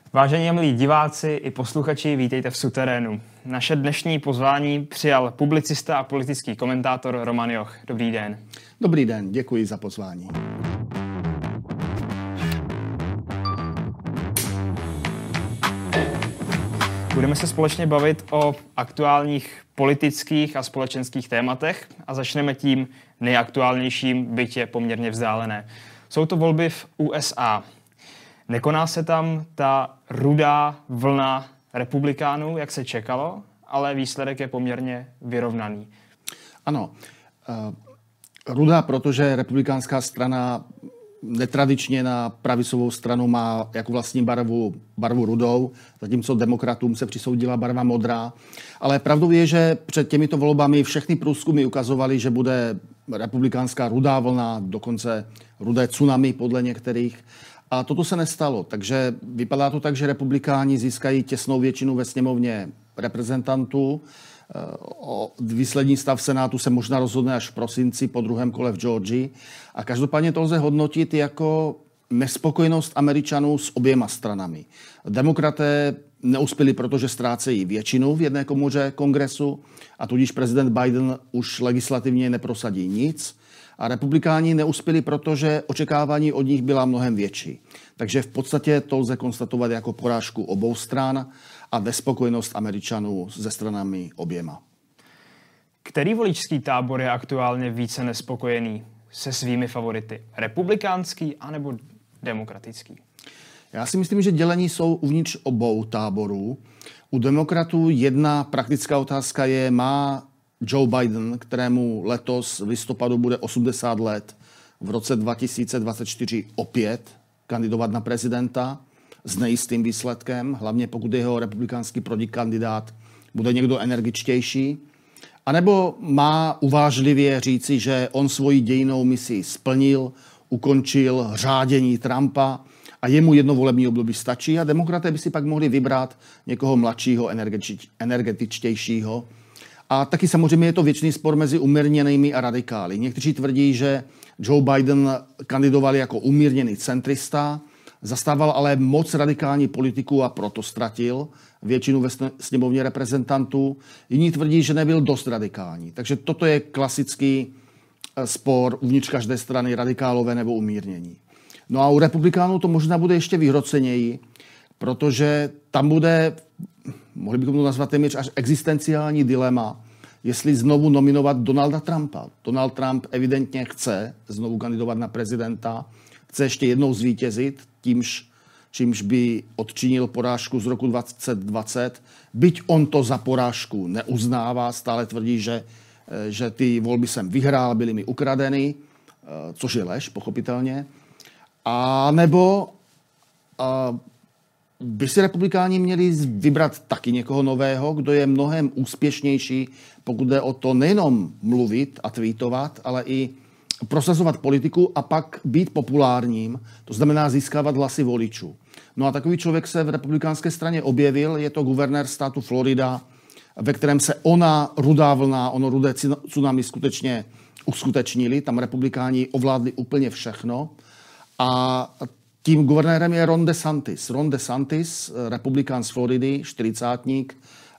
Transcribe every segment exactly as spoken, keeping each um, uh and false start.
Vážení a milí diváci i posluchači, vítejte v Suterénu. Naše dnešní pozvání přijal publicista a politický komentátor Roman Joch. Dobrý den. Dobrý den, děkuji za pozvání. Budeme se společně bavit o aktuálních politických a společenských tématech a začneme tím nejaktuálnějším, byť je poměrně vzdálené. Jsou to volby v U S A. Nekoná se tam ta rudá vlna republikánů, jak se čekalo, ale výsledek je poměrně vyrovnaný. Ano, uh, rudá, protože republikánská strana netradičně na pravicovou stranu má jako vlastní barvu, barvu rudou, zatímco demokratům se přisoudila barva modrá. Ale pravdou je, že před těmito volbami všechny průzkumy ukazovaly, že bude republikánská rudá vlna, dokonce rudé tsunami podle některých. A toto se nestalo, takže vypadá to tak, že republikáni získají těsnou většinu ve sněmovně reprezentantů. O výslední stav Senátu se možná rozhodne až v prosinci po druhém kole v Georgii. A každopádně to lze hodnotit jako nespokojenost Američanů s oběma stranami. Demokraté neuspěli, protože ztrácejí většinu v jedné komoře kongresu a tudíž prezident Biden už legislativně neprosadí nic. A republikáni neuspěli, protože očekávání od nich byla mnohem větší. Takže v podstatě to lze konstatovat jako porážku obou stran a nespokojenost Američanů se stranami oběma. Který voličský tábor je aktuálně více nespokojený se svými favority? Republikánský anebo demokratický? Já si myslím, že dělení jsou uvnitř obou táborů. U demokratů jedna praktická otázka je, má Joe Biden, kterému letos v listopadu bude osmdesát let, v roce dva tisíce dvacet čtyři opět kandidovat na prezidenta s nejistým výsledkem, hlavně pokud jeho republikánský protikandidát bude někdo energičtější, anebo má uvážlivě říci, že on svoji dějinnou misi splnil, ukončil řádění Trumpa a jemu jedno volební období stačí a demokraté by si pak mohli vybrat někoho mladšího, energetičtějšího. A taky samozřejmě je to věčný spor mezi umírněnými a radikály. Někteří tvrdí, že Joe Biden kandidoval jako umírněný centrista, zastával ale moc radikální politiku a proto ztratil většinu ve sněmovně reprezentantů. Jiní tvrdí, že nebyl dost radikální. Takže toto je klasický spor uvnitř každé strany, radikálové nebo umírnění. No a u republikánů to možná bude ještě vyhroceněji, protože tam bude, mohli bychom to nazvat téměř až existenciální dilema, jestli znovu nominovat Donalda Trumpa. Donald Trump evidentně chce znovu kandidovat na prezidenta, chce ještě jednou zvítězit, tímž, čímž by odčinil porážku z roku dvacet dvacet. Byť on to za porážku neuznává, stále tvrdí, že, že ty volby jsem vyhrál, byly mi ukradeny, což je lež, pochopitelně. A nebo a, by si republikáni měli vybrat taky někoho nového, kdo je mnohem úspěšnější, pokud jde o to nejenom mluvit a tweetovat, ale i prosazovat politiku a pak být populárním, to znamená získávat hlasy voličů. No a takový člověk se v republikánské straně objevil, je to guvernér státu Florida, ve kterém se ona rudá vlna, ono rudé tsunami skutečně uskutečnili, tam republikáni ovládli úplně všechno a tím guvernérem je Ron DeSantis. Ron DeSantis, republikán z Floridy, čtyřicátník,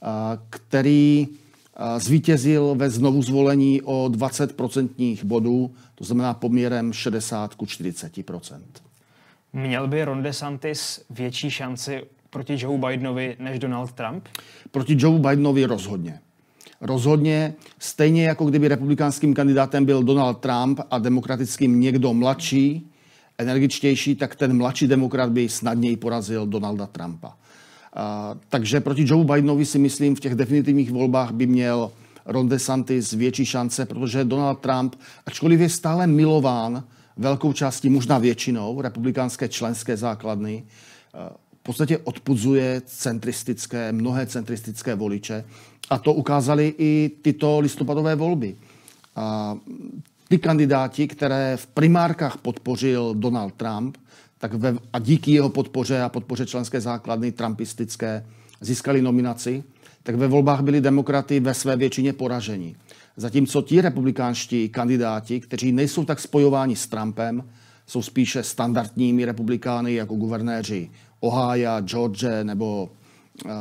který zvítězil ve znovuzvolení o dvacet procentních bodů, to znamená poměrem šedesát ku čtyřiceti procent. Měl by Ron DeSantis větší šanci proti Joe Bidenovi než Donald Trump? Proti Joe Bidenovi rozhodně. Rozhodně, stejně jako kdyby republikánským kandidátem byl Donald Trump a demokratickým někdo mladší, energičtější, tak ten mladší demokrat by snadněji porazil Donalda Trumpa. A, takže proti Joe Bidenovi si myslím, v těch definitivních volbách by měl Ron DeSantis větší šance, protože Donald Trump, ačkoliv je stále milován velkou částí, možná většinou, republikánské členské základny, v podstatě odpuzuje centristické, mnohé centristické voliče. A to ukázaly i tyto listopadové volby. A ty kandidáti, které v primárkách podpořil Donald Trump, tak ve, a díky jeho podpoře a podpoře členské základny trumpistické získali nominaci, tak ve volbách byli demokraty ve své většině poraženi. Zatímco ti republikánští kandidáti, kteří nejsou tak spojováni s Trumpem, jsou spíše standardními republikány jako guvernéři Ohája, George nebo uh,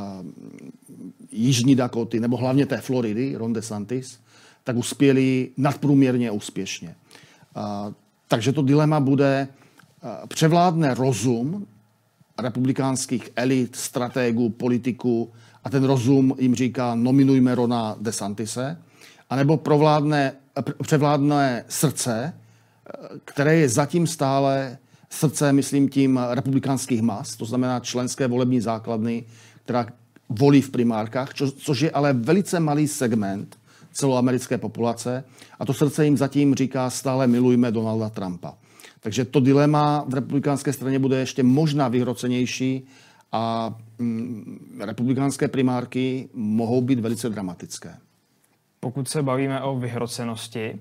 Jižní Dakoty, nebo hlavně té Floridy, Ron DeSantis, tak uspěli nadprůměrně úspěšně. Uh, takže to dilema bude, uh, převládne rozum republikánských elit, strategů, politiků a ten rozum jim říká nominujme Rona DeSantise, anebo provládne, převládne srdce, které je zatím stále srdce, myslím tím, republikánských mas, to znamená členské volební základny, která volí v primárkách, čo, což je ale velice malý segment celoamerické populace a to srdce jim zatím říká stále milujme Donalda Trumpa. Takže to dilema v republikánské straně bude ještě možná vyhrocenější a mm, republikánské primárky mohou být velice dramatické. Pokud se bavíme o vyhrocenosti,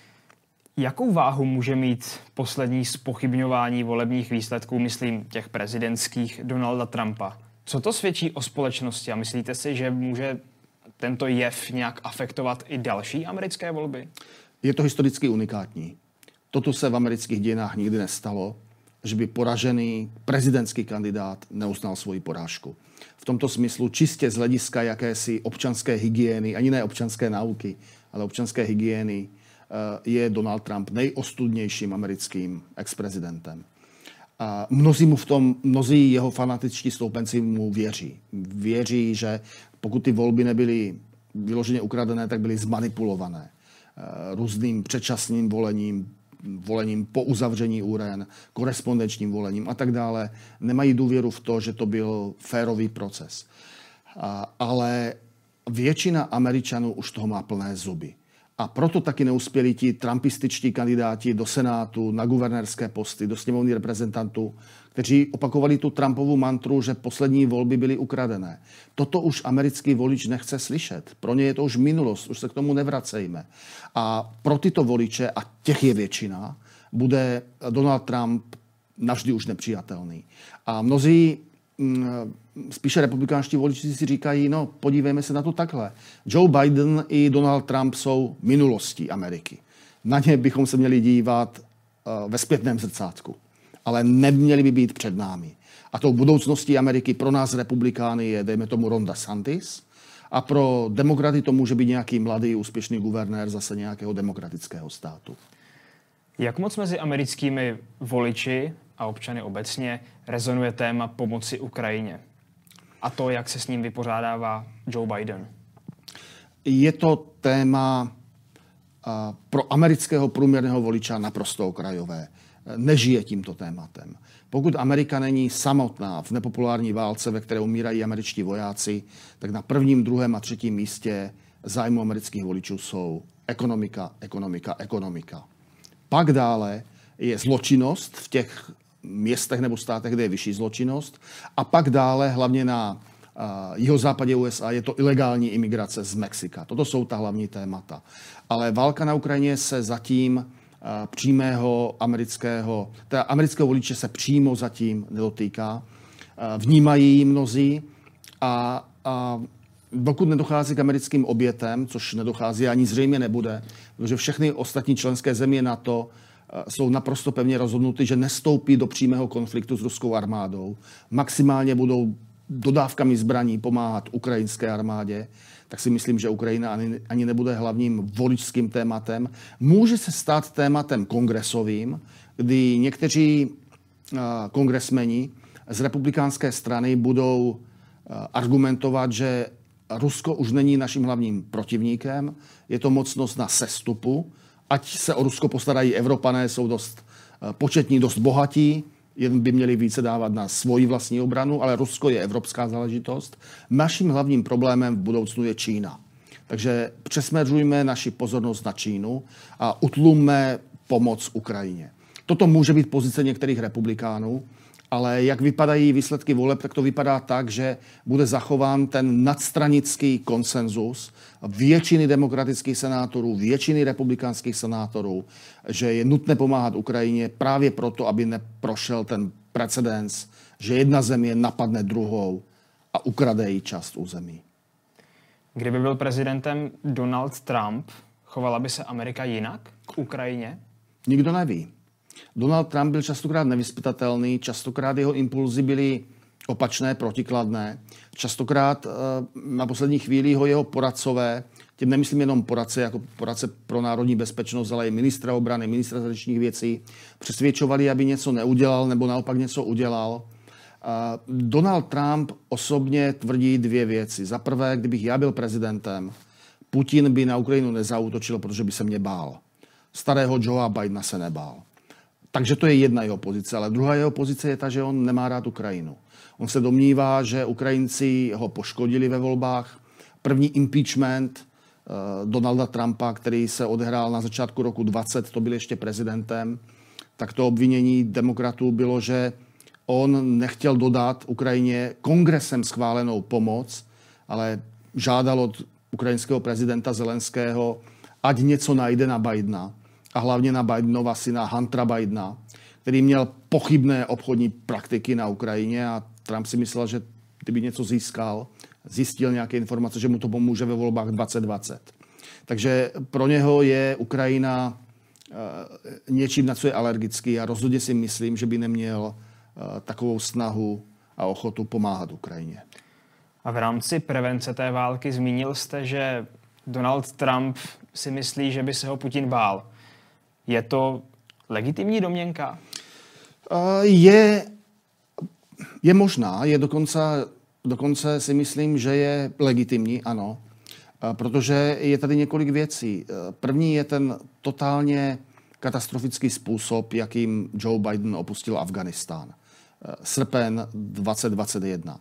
jakou váhu může mít poslední zpochybňování volebních výsledků, myslím těch prezidentských, Donalda Trumpa? Co to svědčí o společnosti a myslíte si, že může tento jev nějak afektovat i další americké volby? Je to historicky unikátní. Toto se v amerických dějinách nikdy nestalo, že by poražený prezidentský kandidát neuznal svoji porážku. V tomto smyslu čistě z hlediska jakési občanské hygieny, ani ne občanské nauky, ale občanské hygieny, je Donald Trump nejostudnějším americkým ex-prezidentem. A mnozí mu v tom, mnozí jeho fanatičtí stoupenci mu věří. Věří, že pokud ty volby nebyly vyloženě ukradené, tak byly zmanipulované různým předčasným volením, volením po uzavření úren, korespondenčním volením a tak dále. Nemají důvěru v to, že to byl férový proces. A, ale většina Američanů už toho má plné zuby. A proto taky neuspěli ti trumpističtí kandidáti do Senátu, na guvernérské posty, do sněmovny reprezentantů, kteří opakovali tu Trumpovu mantru, že poslední volby byly ukradené. Toto už americký volič nechce slyšet. Pro ně je to už minulost, už se k tomu nevracejme. A pro tyto voliče, a těch je většina, bude Donald Trump navždy už nepřijatelný. A mnozí spíše republikánští voliči si říkají, no podívejme se na to takhle. Joe Biden i Donald Trump jsou minulostí Ameriky. Na ně bychom se měli dívat uh, ve zpětném zrcátku. Ale neměli by být před námi. A tou budoucností Ameriky pro nás republikány je, dejme tomu, Ron DeSantis. A pro demokraty to může být nějaký mladý, úspěšný guvernér zase nějakého demokratického státu. Jak moc mezi americkými voliči a občany obecně rezonuje téma pomoci Ukrajině? A to, jak se s ním vypořádává Joe Biden? Je to téma uh, pro amerického průměrného voliča naprosto okrajové. Nežije tímto tématem. Pokud Amerika není samotná v nepopulární válce, ve které umírají američtí vojáci, tak na prvním, druhém a třetím místě zájmu amerických voličů jsou ekonomika, ekonomika, ekonomika. Pak dále je zločinnost v těch městech nebo státech, kde je vyšší zločinnost. A pak dále, hlavně na uh, jihozápadě U S A, je to ilegální imigrace z Mexika. Toto jsou ta hlavní témata. Ale válka na Ukrajině se zatím uh, přímého amerického, teda amerického voliče se přímo zatím nedotýká. Uh, vnímají ji mnozí a, a dokud nedochází k americkým obětem, což nedochází ani zřejmě nebude, protože všechny ostatní členské země NATO jsou naprosto pevně rozhodnuty, že nestoupí do přímého konfliktu s ruskou armádou. Maximálně budou dodávkami zbraní pomáhat ukrajinské armádě, tak si myslím, že Ukrajina ani, ani nebude hlavním voličským tématem. Může se stát tématem kongresovým, kdy někteří uh, kongresmeni z republikánské strany budou uh, argumentovat, že Rusko už není naším hlavním protivníkem, je to mocnost na sestupu, ať se o Rusko postarají Evropané, jsou dost početní, dost bohatí, jen by měli více dávat na svoji vlastní obranu, ale Rusko je evropská záležitost. Naším hlavním problémem v budoucnu je Čína. Takže přesměřujme naši pozornost na Čínu a utlumme pomoc Ukrajině. Toto může být pozice některých republikánů, ale jak vypadají výsledky voleb, tak to vypadá tak, že bude zachován ten nadstranický konsenzus většiny demokratických senátorů, většiny republikánských senátorů, že je nutné pomáhat Ukrajině právě proto, aby neprošel ten precedens, že jedna země napadne druhou a ukrade jí část území. Kdyby byl prezidentem Donald Trump, chovala by se Amerika jinak k Ukrajině? Nikdo neví. Donald Trump byl častokrát nevyzpytatelný, častokrát jeho impulzy byly opačné, protikladné. Častokrát na poslední chvíli ho jeho poradcové, tím nemyslím jenom poradce jako poradce pro národní bezpečnost, ale i ministra obrany, ministra zahraničních věcí, přesvědčovali, aby něco neudělal nebo naopak něco udělal. Donald Trump osobně tvrdí dvě věci. Za prvé, kdybych já byl prezidentem, Putin by na Ukrajinu nezaútočil, protože by se mě bál. Starého Joea Bidena se nebál. Takže to je jedna jeho pozice, ale druhá jeho pozice je ta, že on nemá rád Ukrajinu. On se domnívá, že Ukrajinci ho poškodili ve volbách. První impeachment uh, Donalda Trumpa, který se odehrál na začátku roku dvacet, to byl ještě prezidentem, tak to obvinění demokratů bylo, že on nechtěl dodat Ukrajině kongresem schválenou pomoc, ale žádal od ukrajinského prezidenta Zelenského, ať něco najde na Bidena. A hlavně na Bidenova syna Huntera Bidena, který měl pochybné obchodní praktiky na Ukrajině a Trump si myslel, že kdyby něco získal, zjistil nějaké informace, že mu to pomůže ve volbách dvacet dvacet. Takže pro něho je Ukrajina uh, něčím, na co je alergický a rozhodně si myslím, že by neměl uh, takovou snahu a ochotu pomáhat Ukrajině. A v rámci prevence té války zmínil jste, že Donald Trump si myslí, že by se ho Putin bál. Je to legitimní domněnka? Je, je možná, je dokonce, dokonce si myslím, že je legitimní, ano, protože je tady několik věcí. První je ten totálně katastrofický způsob, jakým Joe Biden opustil Afghánistán. Srpen dvacet dvacet jedna.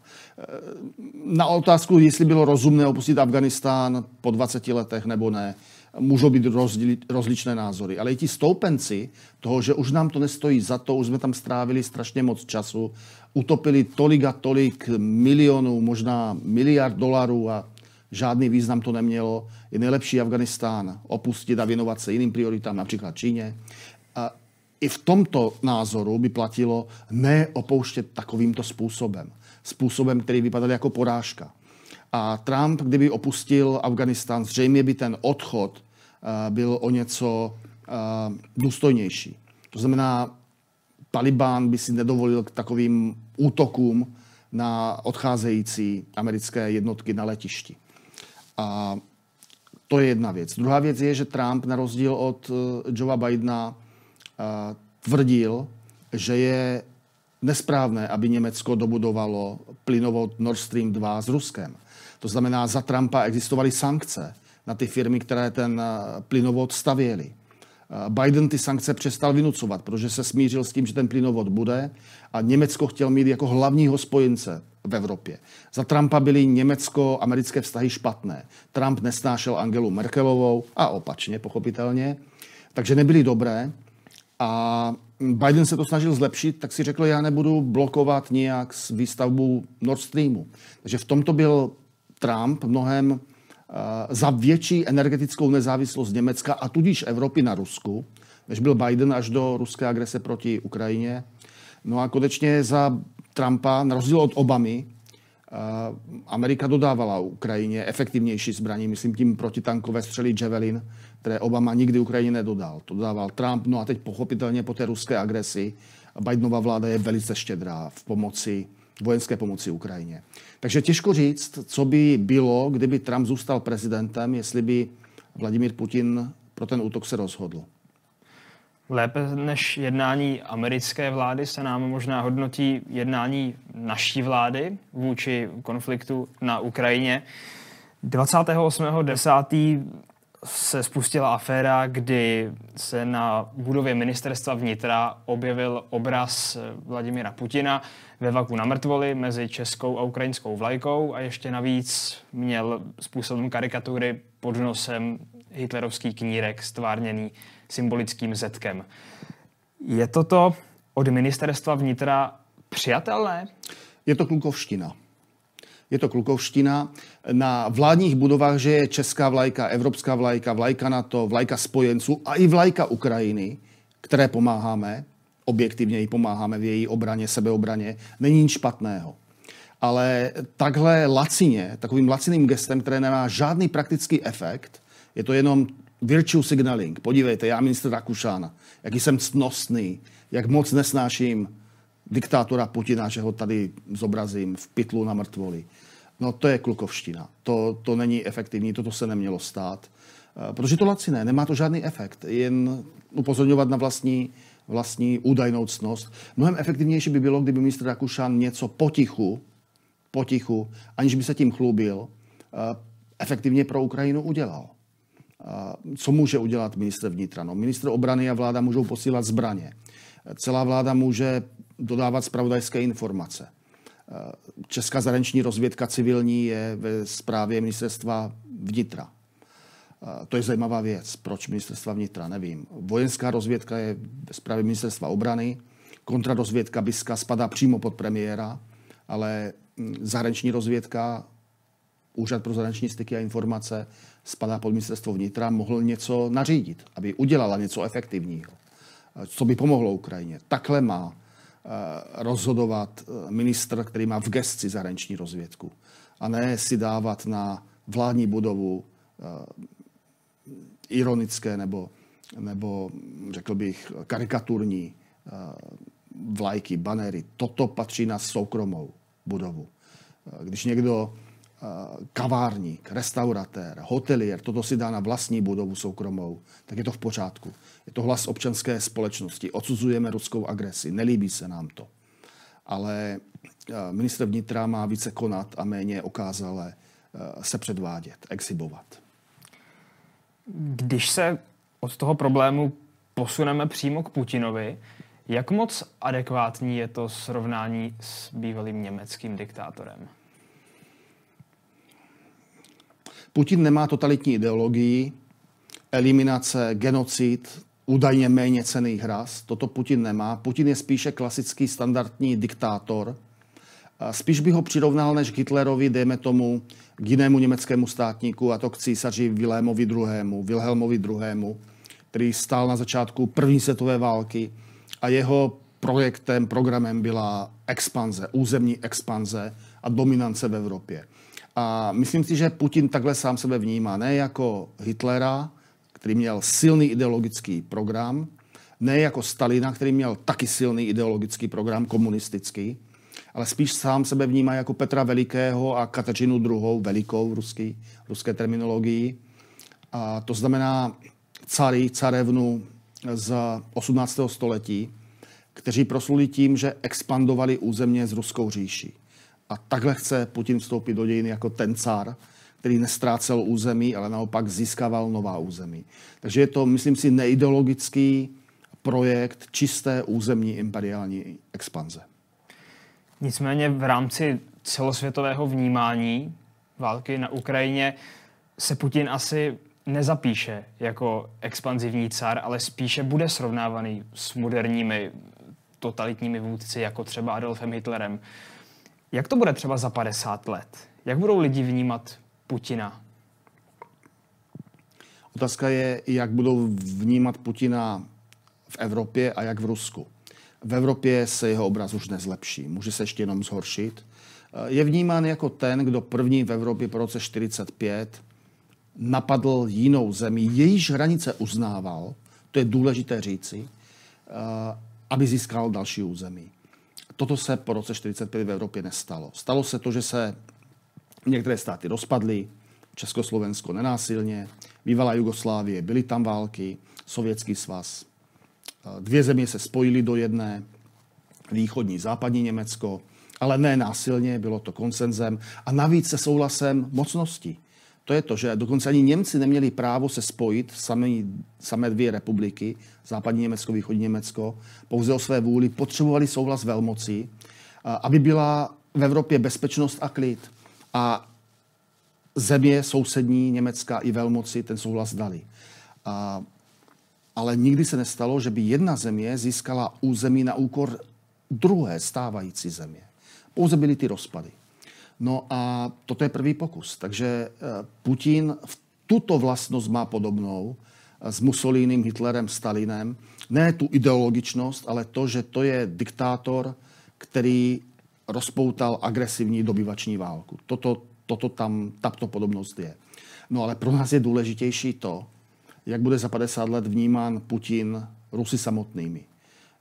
Na otázku, jestli bylo rozumné opustit Afghánistán po dvaceti letech nebo ne, můžou být rozli, rozličné názory. Ale i ti stoupenci toho, že už nám to nestojí za to, už jsme tam strávili strašně moc času, utopili tolik a tolik milionů, možná miliard dolarů a žádný význam to nemělo. Je nejlepší Afghánistán opustit a věnovat se jiným prioritám, například Číně. A i v tomto názoru by platilo neopouštět takovýmto způsobem. Způsobem, který vypadal jako porážka. A Trump, kdyby opustil Afghánistán, zřejmě by ten odchod uh, byl o něco uh, důstojnější. To znamená, Taliban by si nedovolil k takovým útokům na odcházející americké jednotky na letišti. A to je jedna věc. Druhá věc je, že Trump, na rozdíl od uh, Joea Bidena, uh, tvrdil, že je nesprávné, aby Německo dobudovalo plynovod Nord Stream dva s Ruskem. To znamená, za Trumpa existovaly sankce na ty firmy, které ten plynovod stavěly. Biden ty sankce přestal vynucovat, protože se smířil s tím, že ten plynovod bude a Německo chtěl mít jako hlavního spojence v Evropě. Za Trumpa byly německo-americké vztahy špatné. Trump nesnášel Angelu Merkelovou a opačně, pochopitelně. Takže nebyly dobré. A Biden se to snažil zlepšit, tak si řekl, já nebudu blokovat nijak výstavbu Nord Streamu. Takže v tomto byl Trump mnohem uh, za větší energetickou nezávislost Německa a tudíž Evropy na Rusku, než byl Biden až do ruské agrese proti Ukrajině. No a konečně za Trumpa, na rozdíl od Obamy, uh, Amerika dodávala Ukrajině efektivnější zbraní, myslím tím protitankové střely Javelin, které Obama nikdy Ukrajině nedodal. To dodával Trump, no a teď pochopitelně po té ruské agresi Bidenova vláda je velice štědrá v pomoci, vojenské pomoci Ukrajině. Takže těžko říct, co by bylo, kdyby Trump zůstal prezidentem, jestli by Vladimír Putin pro ten útok se rozhodl. Lépe než jednání americké vlády se nám možná hodnotí jednání naší vlády vůči konfliktu na Ukrajině. dvacátého osmého desátého se spustila aféra, kdy se na budově ministerstva vnitra objevil obraz Vladimira Putina ve vaku na mrtvoli mezi českou a ukrajinskou vlajkou a ještě navíc měl způsobem karikatury pod nosem hitlerovský knírek stvárněný symbolickým zetkem. Je toto od ministerstva vnitra přijatelné? Je to klukovština. Je to klukovština. Na vládních budovách, že je česká vlajka, evropská vlajka, vlajka NATO, vlajka spojenců a i vlajka Ukrajiny, které pomáháme, objektivně jí pomáháme v její obraně, sebeobraně, není nic špatného. Ale takhle lacině, takovým laciným gestem, které nemá žádný praktický efekt, je to jenom virtue signaling. Podívejte, já ministr Rakušan, jaký jsem ctnostný, jak moc nesnáším diktátora Putina, že ho tady zobrazím v pytlu na mrtvoli. No to je klukovština. To, to není efektivní, toto se nemělo stát. Protože to laciné, nemá to žádný efekt. Jen upozorňovat na vlastní, vlastní údajnou ctnost. Mnohem efektivnější by bylo, kdyby ministr Rakušan něco potichu, potichu, aniž by se tím chlubil, efektivně pro Ukrajinu udělal. Co může udělat ministr vnitra? No, ministr obrany a vláda můžou posílat zbraně. Celá vláda může dodávat zpravodajské informace. Česká zahraniční rozvědka civilní je ve správě ministerstva vnitra. To je zajímavá věc. Proč ministerstva vnitra? Nevím. Vojenská rozvědka je ve správě ministerstva obrany. Kontrarozvědka BISka spadá přímo pod premiéra, ale zahraniční rozvědka, Úřad pro zahraniční styky a informace spadá pod ministerstvo vnitra, mohl něco nařídit, aby udělala něco efektivního, co by pomohlo Ukrajině. Takhle má rozhodovat ministr, který má v gesci zahraniční rozvědku, a ne si dávat na vládní budovu ironické nebo, nebo řekl bych, karikaturní vlajky, banéry. Toto patří na soukromou budovu. Když někdo kavárník, restauratér, hotelier, toto si dá na vlastní budovu soukromou, tak je to v pořádku. Je to hlas občanské společnosti. Odsuzujeme ruskou agresi, nelíbí se nám to. Ale ministr vnitra má více konat a méně okázale se předvádět, exhibovat. Když se od toho problému posuneme přímo k Putinovi, jak moc adekvátní je to srovnání s bývalým německým diktátorem? Putin nemá totalitní ideologii, eliminace, genocid, údajně méně cenných ras. Toto Putin nemá. Putin je spíše klasický standardní diktátor. Spíš bych ho přirovnal než k Hitlerovi, dejme tomu, k jinému německému státníku, a to k císaři Vilémovi druhému, Vilhelmovi druhému, který stál na začátku první světové války a jeho projektem, programem byla expanze, územní expanze a dominance v Evropě. A myslím si, že Putin takhle sám sebe vnímá, ne jako Hitlera, který měl silný ideologický program, ne jako Stalina, který měl taky silný ideologický program, komunistický, ale spíš sám sebe vnímá jako Petra Velikého a Kateřinu druhou, velikou ruský, ruské terminologii. A to znamená cary, carevnu z osmnáctého století, kteří prosluli tím, že expandovali územně z ruskou říši. A takhle chce Putin vstoupit do dějiny jako ten car, který nestrácel území, ale naopak získával nová území. Takže je to, myslím si, neideologický projekt čisté územní imperiální expanze. Nicméně v rámci celosvětového vnímání války na Ukrajině se Putin asi nezapíše jako expanzivní car, ale spíše bude srovnávaný s moderními totalitními vůdci, jako třeba Adolfem Hitlerem. Jak to bude třeba za padesát let? Jak budou lidi vnímat Putina? Otázka je, jak budou vnímat Putina v Evropě a jak v Rusku. V Evropě se jeho obraz už nezlepší, může se ještě jenom zhoršit. Je vnímán jako ten, kdo první v Evropě po roce čtyřicet pět napadl jinou zemi, jejíž hranice uznával, to je důležité říci, aby získal další území. Toto se po roce čtyřicet pět v Evropě nestalo. Stalo se to, že se některé státy rozpadly, Československo nenásilně, bývalá Jugoslávie, byly tam války, Sovětský svaz. Dvě země se spojily do jedné, východní, západní Německo, ale ne násilně, bylo to konsenzem a navíc se souhlasem mocností. To je to, že dokonce ani Němci neměli právo se spojit, samé, samé dvě republiky, západní Německo, východní Německo, pouze o své vůli potřebovali souhlas velmocí, aby byla v Evropě bezpečnost a klid. A země sousední Německa i velmoci ten souhlas dali. A, ale nikdy se nestalo, že by jedna země získala území na úkor druhé stávající země. Pouze byly ty rozpady. No a toto je první pokus. Takže Putin v tuto vlastnost má podobnou s Mussolínem, Hitlerem, Stalinem. Ne tu ideologičnost, ale to, že to je diktátor, který rozpoutal agresivní dobyvační válku. Toto, toto tam, tato podobnost je. No ale pro nás je důležitější to, jak bude za padesát let vnímán Putin Rusy samotnými.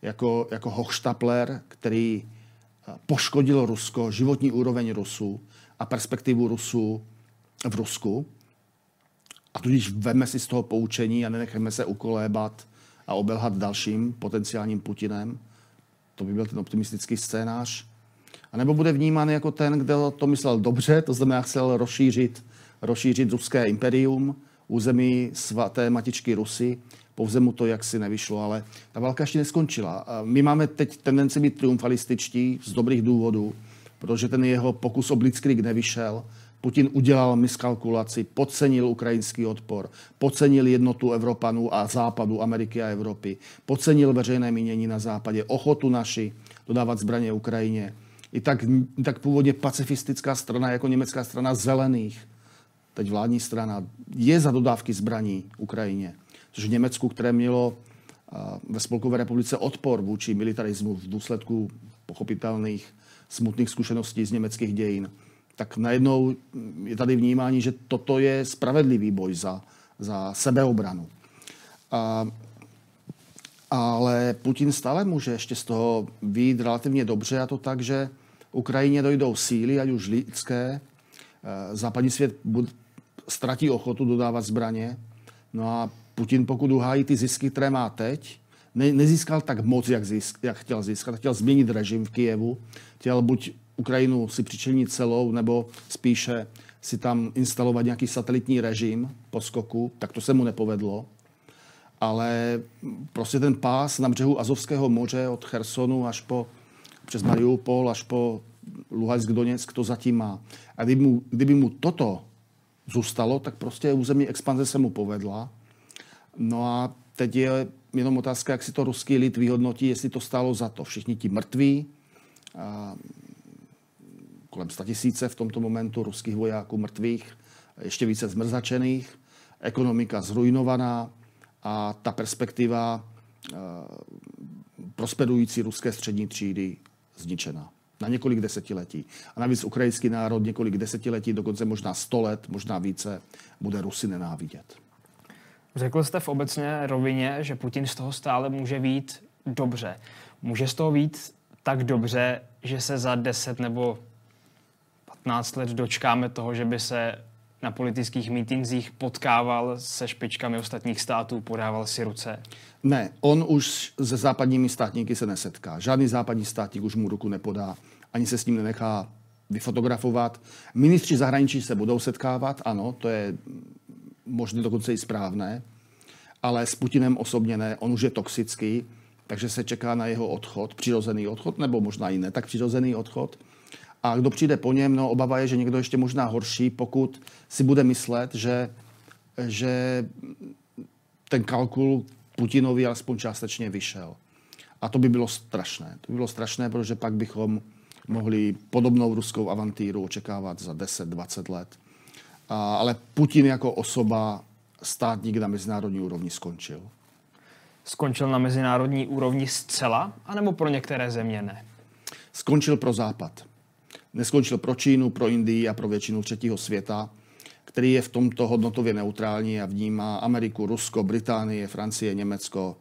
jako, jako Hochstapler, který poškodil Rusko, životní úroveň Rusů a perspektivu Rusů v Rusku. A tudíž veme si z toho poučení a nenechejme se ukolébat a obelhat dalším potenciálním Putinem. To by byl ten optimistický scénář. A nebo bude vnímán jako ten, kdo to myslel dobře, to znamená, chcel rozšířit, rozšířit ruské imperium, území svaté matičky Rusy. Pouze mu to jaksi nevyšlo, ale ta válka ještě neskončila. My máme teď tendenci být triumfalističtí z dobrých důvodů, protože ten jeho pokus o blitzkrieg nevyšel. Putin udělal miskalkulaci, podcenil ukrajinský odpor, podcenil jednotu Evropanů a Západu, Ameriky a Evropy, podcenil veřejné mínění na Západě, ochotu naši dodávat zbraně Ukrajině. I tak, tak původně pacifistická strana jako německá strana zelených, teď vládní strana, je za dodávky zbraní Ukrajině. Což v Německu, které mělo ve Spolkové republice odpor vůči militarismu v důsledku pochopitelných smutných zkušeností z německých dějin, tak najednou je tady vnímání, že toto je spravedlivý boj za, za sebeobranu. A, ale Putin stále může ještě z toho vyjít relativně dobře, a to tak, že Ukrajině dojdou síly, ať už lidské, západní svět ztratí ochotu dodávat zbraně, no a Putin, pokud uhájí ty zisky, které má teď, ne, nezískal tak moc, jak, zisk, jak chtěl získat. Chtěl změnit režim v Kyjevu. Chtěl buď Ukrajinu si přičlenit celou, nebo spíše si tam instalovat nějaký satelitní režim po skoku. Tak to se mu nepovedlo. Ale prostě ten pás na břehu Azovského moře od Chersonu až po, přes Mariupol až po Luhansk, Doněck, to zatím má. A kdyby mu, kdyby mu toto zůstalo, tak prostě územní expanze se mu povedla. No a teď je jenom otázka, jak si to ruský lid vyhodnotí, jestli to stálo za to. Všichni ti mrtví, a kolem sta tisíce v tomto momentu ruských vojáků mrtvých, ještě více zmrzačených, ekonomika zrujnovaná a ta perspektiva prosperující ruské střední třídy zničena na několik desetiletí. A navíc ukrajinský národ několik desetiletí, dokonce možná sto let, možná více, bude Rusy nenávidět. Řekl jste v obecné rovině, že Putin z toho stále může vyjít dobře. Může z toho vyjít tak dobře, že se za deset nebo patnáct let dočkáme toho, že by se na politických mítinzích potkával se špičkami ostatních států, podával si ruce? Ne, on už se západními státníky se nesetká. Žádný západní státník už mu ruku nepodá, ani se s ním nenechá vyfotografovat. Ministři zahraničí se budou setkávat, ano, to je možná dokonce i správné, ale s Putinem osobně ne, on už je toxický, takže se čeká na jeho odchod, přirozený odchod, nebo možná i ne tak přirozený odchod. A kdo přijde po něm, no obava je, že někdo ještě možná horší, pokud si bude myslet, že, že ten kalkul Putinovi alespoň částečně vyšel. A to by bylo strašné. To by bylo strašné, protože pak bychom mohli podobnou ruskou avantýru očekávat za deset dvacet let. A, ale Putin jako osoba, státník na mezinárodní úrovni skončil. Skončil na mezinárodní úrovni zcela, anebo pro některé země ne? Skončil pro Západ. Neskončil pro Čínu, pro Indii a pro většinu třetího světa, který je v tomto hodnotově neutrální a vnímá Ameriku, Rusko, Británie, Francie, Německo.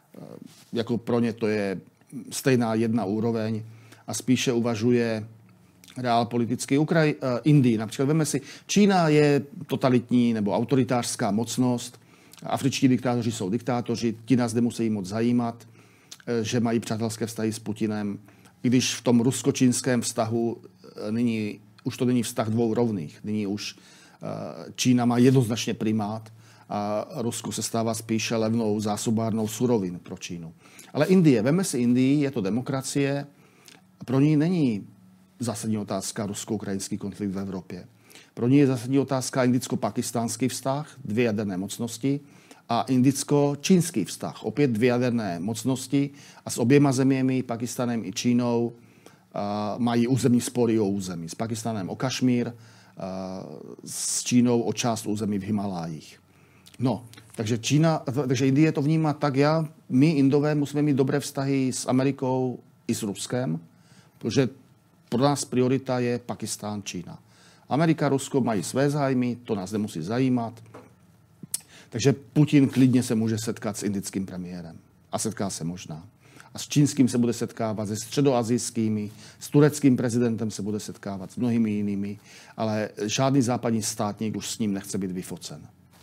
Jako pro ně to je stejná jedna úroveň a spíše uvažuje reálpoliticky Ukraj, uh, Indii. Například veme si, Čína je totalitní nebo autoritářská mocnost, afričtí diktátoři jsou diktátoři, ti nás nemusí moc zajímat, že mají přátelské vztahy s Putinem, i když v tom rusko-čínském vztahu nyní už to není vztah dvou rovných. Nyní už uh, Čína má jednoznačně primát a Rusko se stává spíše levnou zásobárnou surovin pro Čínu. Ale Indie, veme si Indii, je to demokracie, pro ní není zásadní otázka rusko-ukrajinský konflikt v Evropě. Pro ní je zásadní otázka indicko-pakistánský vztah, dvě jaderné mocnosti, a indicko-čínský vztah, opět dvě jaderné mocnosti a s oběma zeměmi, Pakistanem i Čínou, Uh, mají územní spory o území. S Pakistanem o Kašmír, uh, s Čínou o část území v Himalájích. No, takže Čína, takže Indie to vnímá tak, já, my Indové musíme mít dobré vztahy s Amerikou i s Ruskem, protože pro nás priorita je Pakistán, Čína. Amerika, Rusko mají své zájmy, to nás nemusí zajímat. Takže Putin klidně se může setkat s indickým premiérem. A setká se možná. A s čínským se bude setkávat, se středoasijskými, s tureckým prezidentem se bude setkávat, s mnohými jinými, ale žádný západní státník už s ním nechce být vyfocen.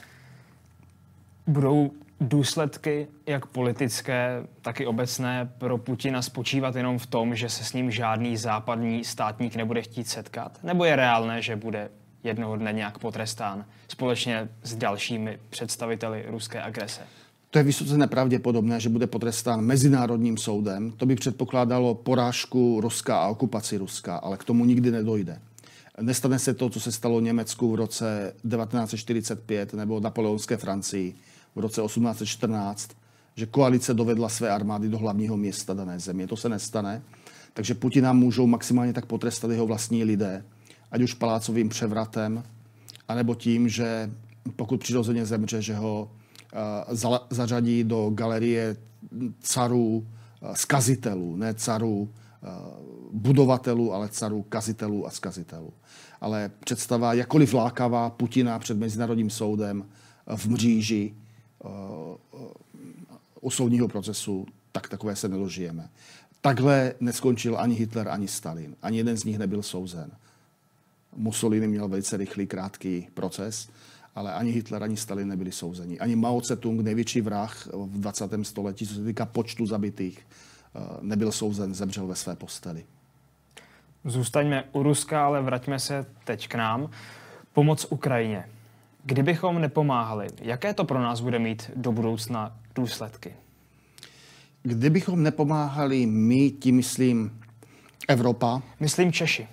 Budou důsledky, jak politické, tak i obecné, pro Putina spočívat jenom v tom, že se s ním žádný západní státník nebude chtít setkat? Nebo je reálné, že bude jednoho dne nějak potrestán společně s dalšími představiteli ruské agrese? To je vysoce nepravděpodobné, že bude potrestán mezinárodním soudem. To by předpokládalo porážku Ruska a okupaci Ruska, ale k tomu nikdy nedojde. Nestane se to, co se stalo Německu v roce devatenáct set čtyřicet pět nebo napoleonské Francii v roce osmnáct set čtrnáct, že koalice dovedla své armády do hlavního města dané země. To se nestane. Takže Putina můžou maximálně tak potrestat jeho vlastní lidé, ať už palácovým převratem, anebo tím, že pokud přirozeně zemře, že ho uh, zařadí do galerie carů, uh, skazitelů, ne carů uh, budovatelů, ale carů kazitelů a skazitelů. Ale představa jakkoliv lákavá Putina před mezinárodním soudem v mříži uh, uh, u soudního procesu, tak takové se nedožijeme. Takhle neskončil ani Hitler, ani Stalin. Ani jeden z nich nebyl souzen. Mussolini měl velice rychlý, krátký proces, ale ani Hitler, ani Stalin nebyli souzeni. Ani Mao Tse-tung, největší vrah v dvacátém století, co se týká počtu zabitých, nebyl souzen, zemřel ve své posteli. Zůstaňme u Ruska, ale vraťme se teď k nám. Pomoc Ukrajině. Kdybychom nepomáhali, jaké to pro nás bude mít do budoucna důsledky? Kdybychom nepomáhali my, tím myslím Evropa. Myslím Češi.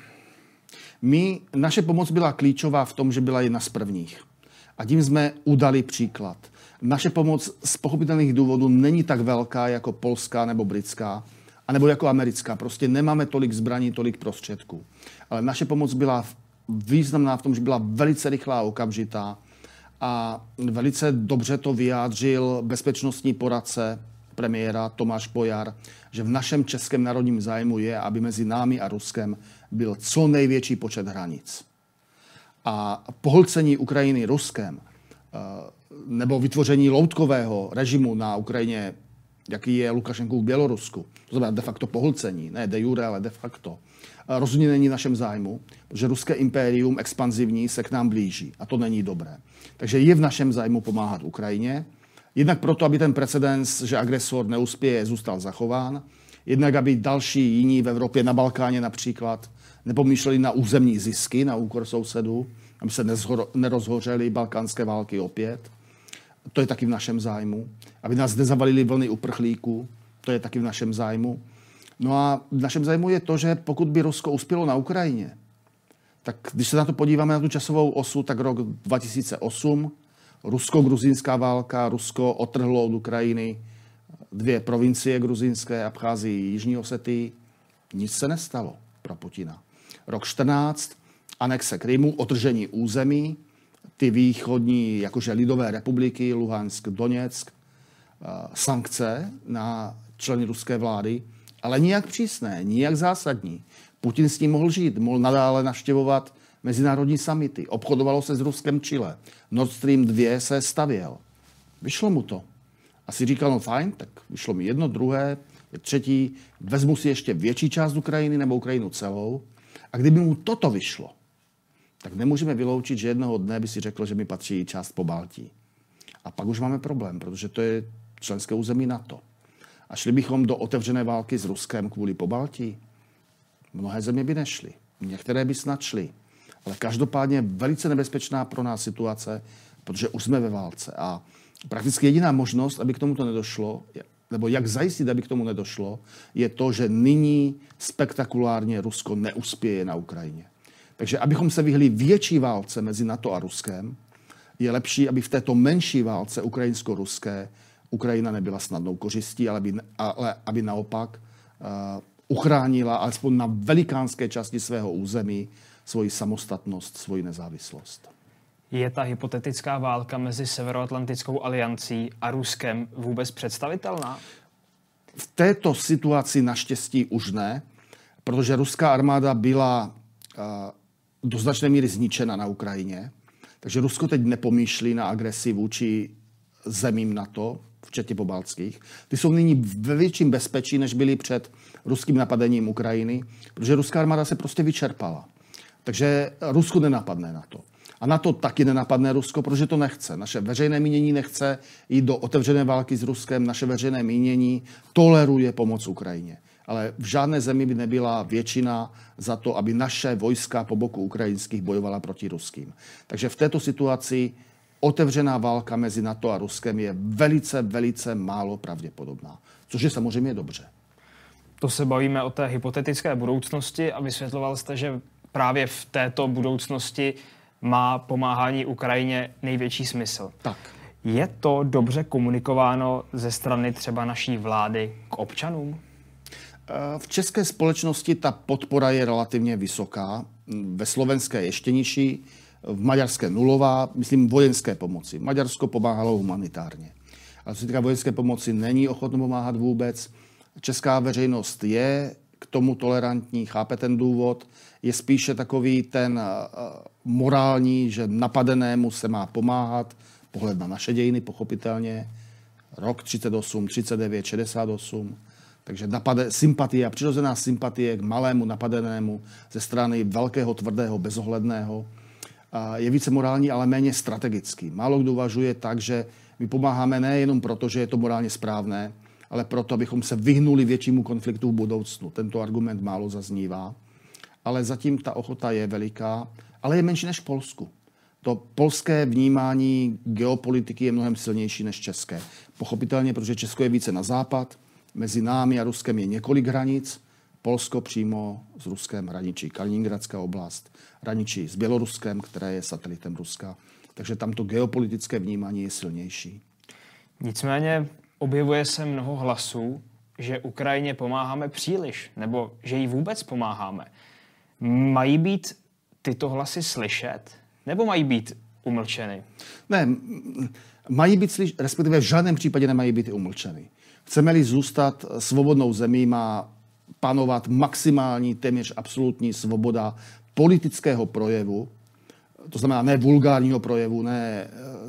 My, naše pomoc byla klíčová v tom, že byla jedna z prvních. A tím jsme udali příklad. Naše pomoc z pochopitelných důvodů není tak velká jako polská nebo britská, anebo jako americká. Prostě nemáme tolik zbraní, tolik prostředků. Ale naše pomoc byla významná v tom, že byla velice rychlá a okamžitá. A velice dobře to vyjádřil bezpečnostní poradce premiéra Tomáš Pojar, že v našem českém národním zájmu je, aby mezi námi a Ruskem byl co největší počet hranic. A pohlcení Ukrajiny Ruskem nebo vytvoření loutkového režimu na Ukrajině, jaký je Lukašenkův v Bělorusku, to znamená de facto pohlcení, ne de jure, ale de facto, rozhodně není v našem zájmu, protože ruské impérium expanzivní se k nám blíží a to není dobré. Takže je v našem zájmu pomáhat Ukrajině, jednak proto, aby ten precedens, že agresor neuspěje, zůstal zachován, jednak aby další jiní v Evropě, na Balkáně například, nepomýšleli na územní zisky na úkor sousedů, aby se nerozhořely balkánské války opět. To je taky v našem zájmu. Aby nás nezavalili vlny uprchlíků, to je taky v našem zájmu. No a v našem zájmu je to, že pokud by Rusko uspělo na Ukrajině, tak když se na to podíváme na tu časovou osu, tak rok dva tisíce osm, rusko-gruzínská válka, Rusko odtrhlo od Ukrajiny dvě provincie gruzínské, Abcházii, Jižní Osetii. Nic se nestalo pro Putina. Rok čtrnáct, anexe Krymu, otržení území, ty východní, jakože lidové republiky, Luhansk, Doněck, sankce na členy ruské vlády, ale nijak přísné, nijak zásadní. Putin s tím mohl žít, mohl nadále navštěvovat mezinárodní summity, obchodovalo se s Ruskem Chile, Nord Stream dva se stavěl. Vyšlo mu to. Asi říkal, no fajn, tak vyšlo mi jedno, druhé, třetí, vezmu si ještě větší část Ukrajiny nebo Ukrajinu celou. A kdyby mu toto vyšlo, tak nemůžeme vyloučit, že jednoho dne by si řekl, že mi patří část Pobaltí. A pak už máme problém, protože to je členské území NATO. A šli bychom do otevřené války s Ruskem kvůli Pobaltí? Mnohé země by nešly. Některé by snad šly. Ale každopádně velice nebezpečná pro nás situace, protože už jsme ve válce. A prakticky jediná možnost, aby k tomuto nedošlo, nebo jak zajistit, aby k tomu nedošlo, je to, že nyní spektakulárně Rusko neuspěje na Ukrajině. Takže abychom se vyhli větší válce mezi NATO a Ruskem, je lepší, aby v této menší válce ukrajinsko-ruské Ukrajina nebyla snadnou kořistí, ale aby, ale aby naopak uh, uchránila alespoň na velikánské části svého území svoji samostatnost, svoji nezávislost. Je ta hypotetická válka mezi Severoatlantickou aliancí a Ruskem vůbec představitelná? V této situaci naštěstí už ne, protože ruská armáda byla uh, do značné míry zničena na Ukrajině, takže Rusko teď nepomýšlí na agresi vůči zemím NATO, včetně pobaltských. Ty jsou nyní ve větším bezpečí, než byly před ruským napadením Ukrajiny, protože ruská armáda se prostě vyčerpala. Takže Rusko nenapadne NATO. A NATO taky nenapadne Rusko, protože to nechce. Naše veřejné mínění nechce jít do otevřené války s Ruskem, naše veřejné mínění toleruje pomoc Ukrajině. Ale v žádné zemi by nebyla většina za to, aby naše vojska po boku ukrajinských bojovala proti ruským. Takže v této situaci otevřená válka mezi NATO a Ruskem je velice, velice málo pravděpodobná. Což je samozřejmě dobře. To se bavíme o té hypotetické budoucnosti a vysvětloval jste, že právě v této budoucnosti má pomáhání Ukrajině největší smysl. Tak. Je to dobře komunikováno ze strany třeba naší vlády k občanům? V české společnosti ta podpora je relativně vysoká, ve slovenské ještě nižší, v maďarské nulová, myslím vojenské pomoci. Maďarsko pomáhalo humanitárně. Ale co se týká vojenské pomoci, není ochotno pomáhat vůbec. Česká veřejnost je k tomu tolerantní, chápe ten důvod, je spíše takový ten morální, že napadenému se má pomáhat, pohled na naše dějiny pochopitelně, rok třicet osm, třicet devět, šedesát osm, takže napade, sympatie, přirozená sympatie k malému napadenému ze strany velkého, tvrdého, bezohledného je více morální, ale méně strategický. Málo kdo uvažuje tak, že my pomáháme nejenom proto, že je to morálně správné, ale proto, abychom se vyhnuli většímu konfliktu v budoucnu. Tento argument málo zaznívá, ale zatím ta ochota je veliká, ale je menší než v Polsku. To polské vnímání geopolitiky je mnohem silnější než české. Pochopitelně, protože Česko je více na západ, mezi námi a Ruskem je několik hranic, Polsko přímo s Ruskem hraničí Kaliningradská oblast, hraničí s Běloruskem, které je satelitem Ruska. Takže tam to geopolitické vnímání je silnější. Nicméně objevuje se mnoho hlasů, že Ukrajině pomáháme příliš, nebo že jí vůbec pomáháme. Mají být tyto hlasy slyšet, nebo mají být umlčeny? Ne, mají být slyšet, respektive v žádném případě nemají být umlčeny. Chceme-li zůstat svobodnou zemí, má panovat maximální, téměř absolutní svoboda politického projevu, to znamená ne vulgárního projevu, ne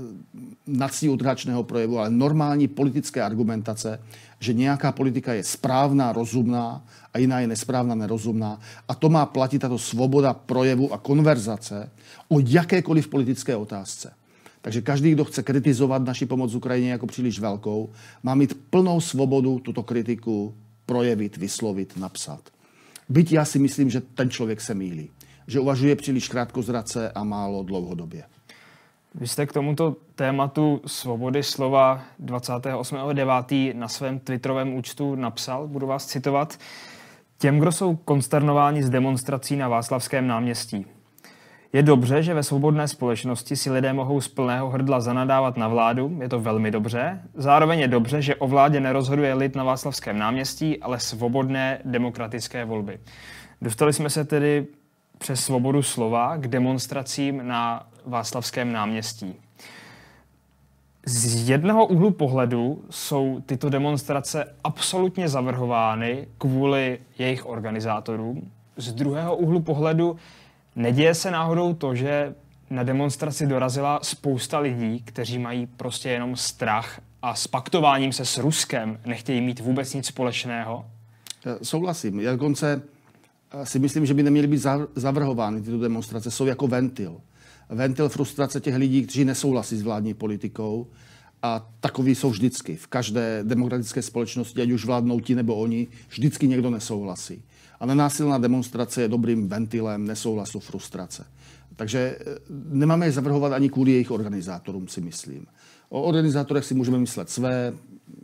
naciutračného projevu, ale normální politické argumentace, že nějaká politika je správná, rozumná a jiná je nesprávná, nerozumná. A to má platit tato svoboda projevu a konverzace o jakékoliv politické otázce. Takže každý, kdo chce kritizovat naši pomoc Ukrajině jako příliš velkou, má mít plnou svobodu tuto kritiku projevit, vyslovit, napsat. Byť já si myslím, že ten člověk se mýlí. Že uvažuje příliš krátkozrace a málo dlouhodobě. Vy jste k tomuto tématu svobody slova dvacátého osmého devátého na svém twitterovém účtu napsal, budu vás citovat, těm, kdo jsou konsternováni z demonstrací na Václavském náměstí. Je dobře, že ve svobodné společnosti si lidé mohou z plného hrdla zanadávat na vládu, je to velmi dobře. Zároveň je dobře, že o vládě nerozhoduje lid na Václavském náměstí, ale svobodné demokratické volby. Dostali jsme se tedy přes svobodu slova k demonstracím na Václavském náměstí. Z jednoho úhlu pohledu jsou tyto demonstrace absolutně zavrhovány kvůli jejich organizátorům. Z druhého úhlu pohledu neděje se náhodou to, že na demonstraci dorazila spousta lidí, kteří mají prostě jenom strach a s paktováním se s Ruskem nechtějí mít vůbec nic společného? Souhlasím. Já dokonce si myslím, že by neměly být zavrhovány tyto demonstrace. Jsou jako ventil. Ventil frustrace těch lidí, kteří nesouhlasí s vládní politikou. A takový jsou vždycky. V každé demokratické společnosti, ať už vládnou ti nebo oni, vždycky někdo nesouhlasí. A nenásilná demonstrace je dobrým ventilem nesouhlasu, frustrace. Takže nemáme je zavrhovat ani kvůli jejich organizátorům, si myslím. O organizátorech si můžeme myslet své,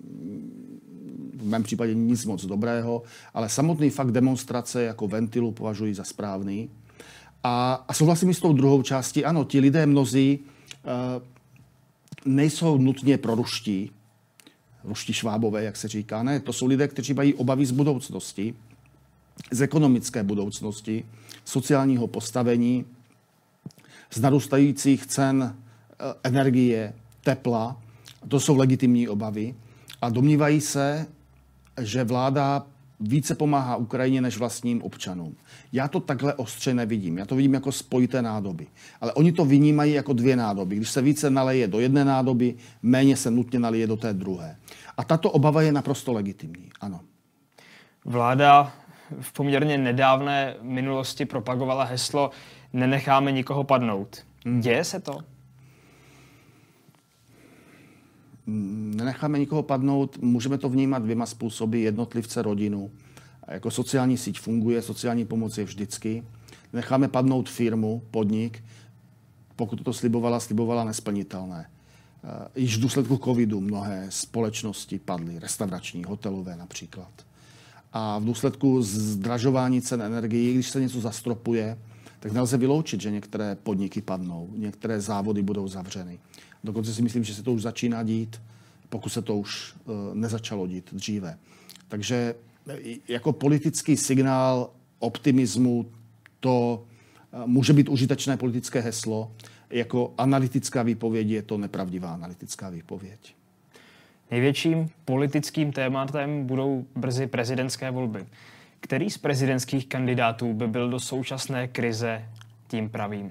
v mém případě nic moc dobrého, ale samotný fakt demonstrace jako ventilu považuji za správný. A, a souhlasím s tou druhou částí. Ano, ti lidé mnozí uh, nejsou nutně proruští, ruští švábové, jak se říká. Ne, to jsou lidé, kteří mají obavy z budoucnosti, z ekonomické budoucnosti, sociálního postavení, z narůstajících cen energie, tepla. To jsou legitimní obavy. A domnívají se, že vláda více pomáhá Ukrajině než vlastním občanům. Já to takhle ostře nevidím. Já to vidím jako spojité nádoby. Ale oni to vnímají jako dvě nádoby. Když se více naleje do jedné nádoby, méně se nutně nalije do té druhé. A tato obava je naprosto legitimní. Ano. Vláda v poměrně nedávné minulosti propagovala heslo nenecháme nikoho padnout. Děje se to? Nenecháme nikoho padnout, můžeme to vnímat dvěma způsoby, jednotlivce, rodinu. Jako sociální síť funguje, sociální pomoc je vždycky. Necháme padnout firmu, podnik, pokud to slibovala, slibovala nesplnitelné. Již v důsledku covidu mnohé společnosti padly, restaurační, hotelové například. A v důsledku zdražování cen energií, když se něco zastropuje, tak nelze vyloučit, že některé podniky padnou, některé závody budou zavřeny. Dokonce si myslím, že se to už začíná dít, pokud se to už uh, nezačalo dít dříve. Takže jako politický signál optimismu to uh, může být užitečné politické heslo. Jako analytická výpověď je to nepravdivá analytická výpověď. Největším politickým tématem budou brzy prezidentské volby. Který z prezidentských kandidátů by byl do současné krize tím pravým?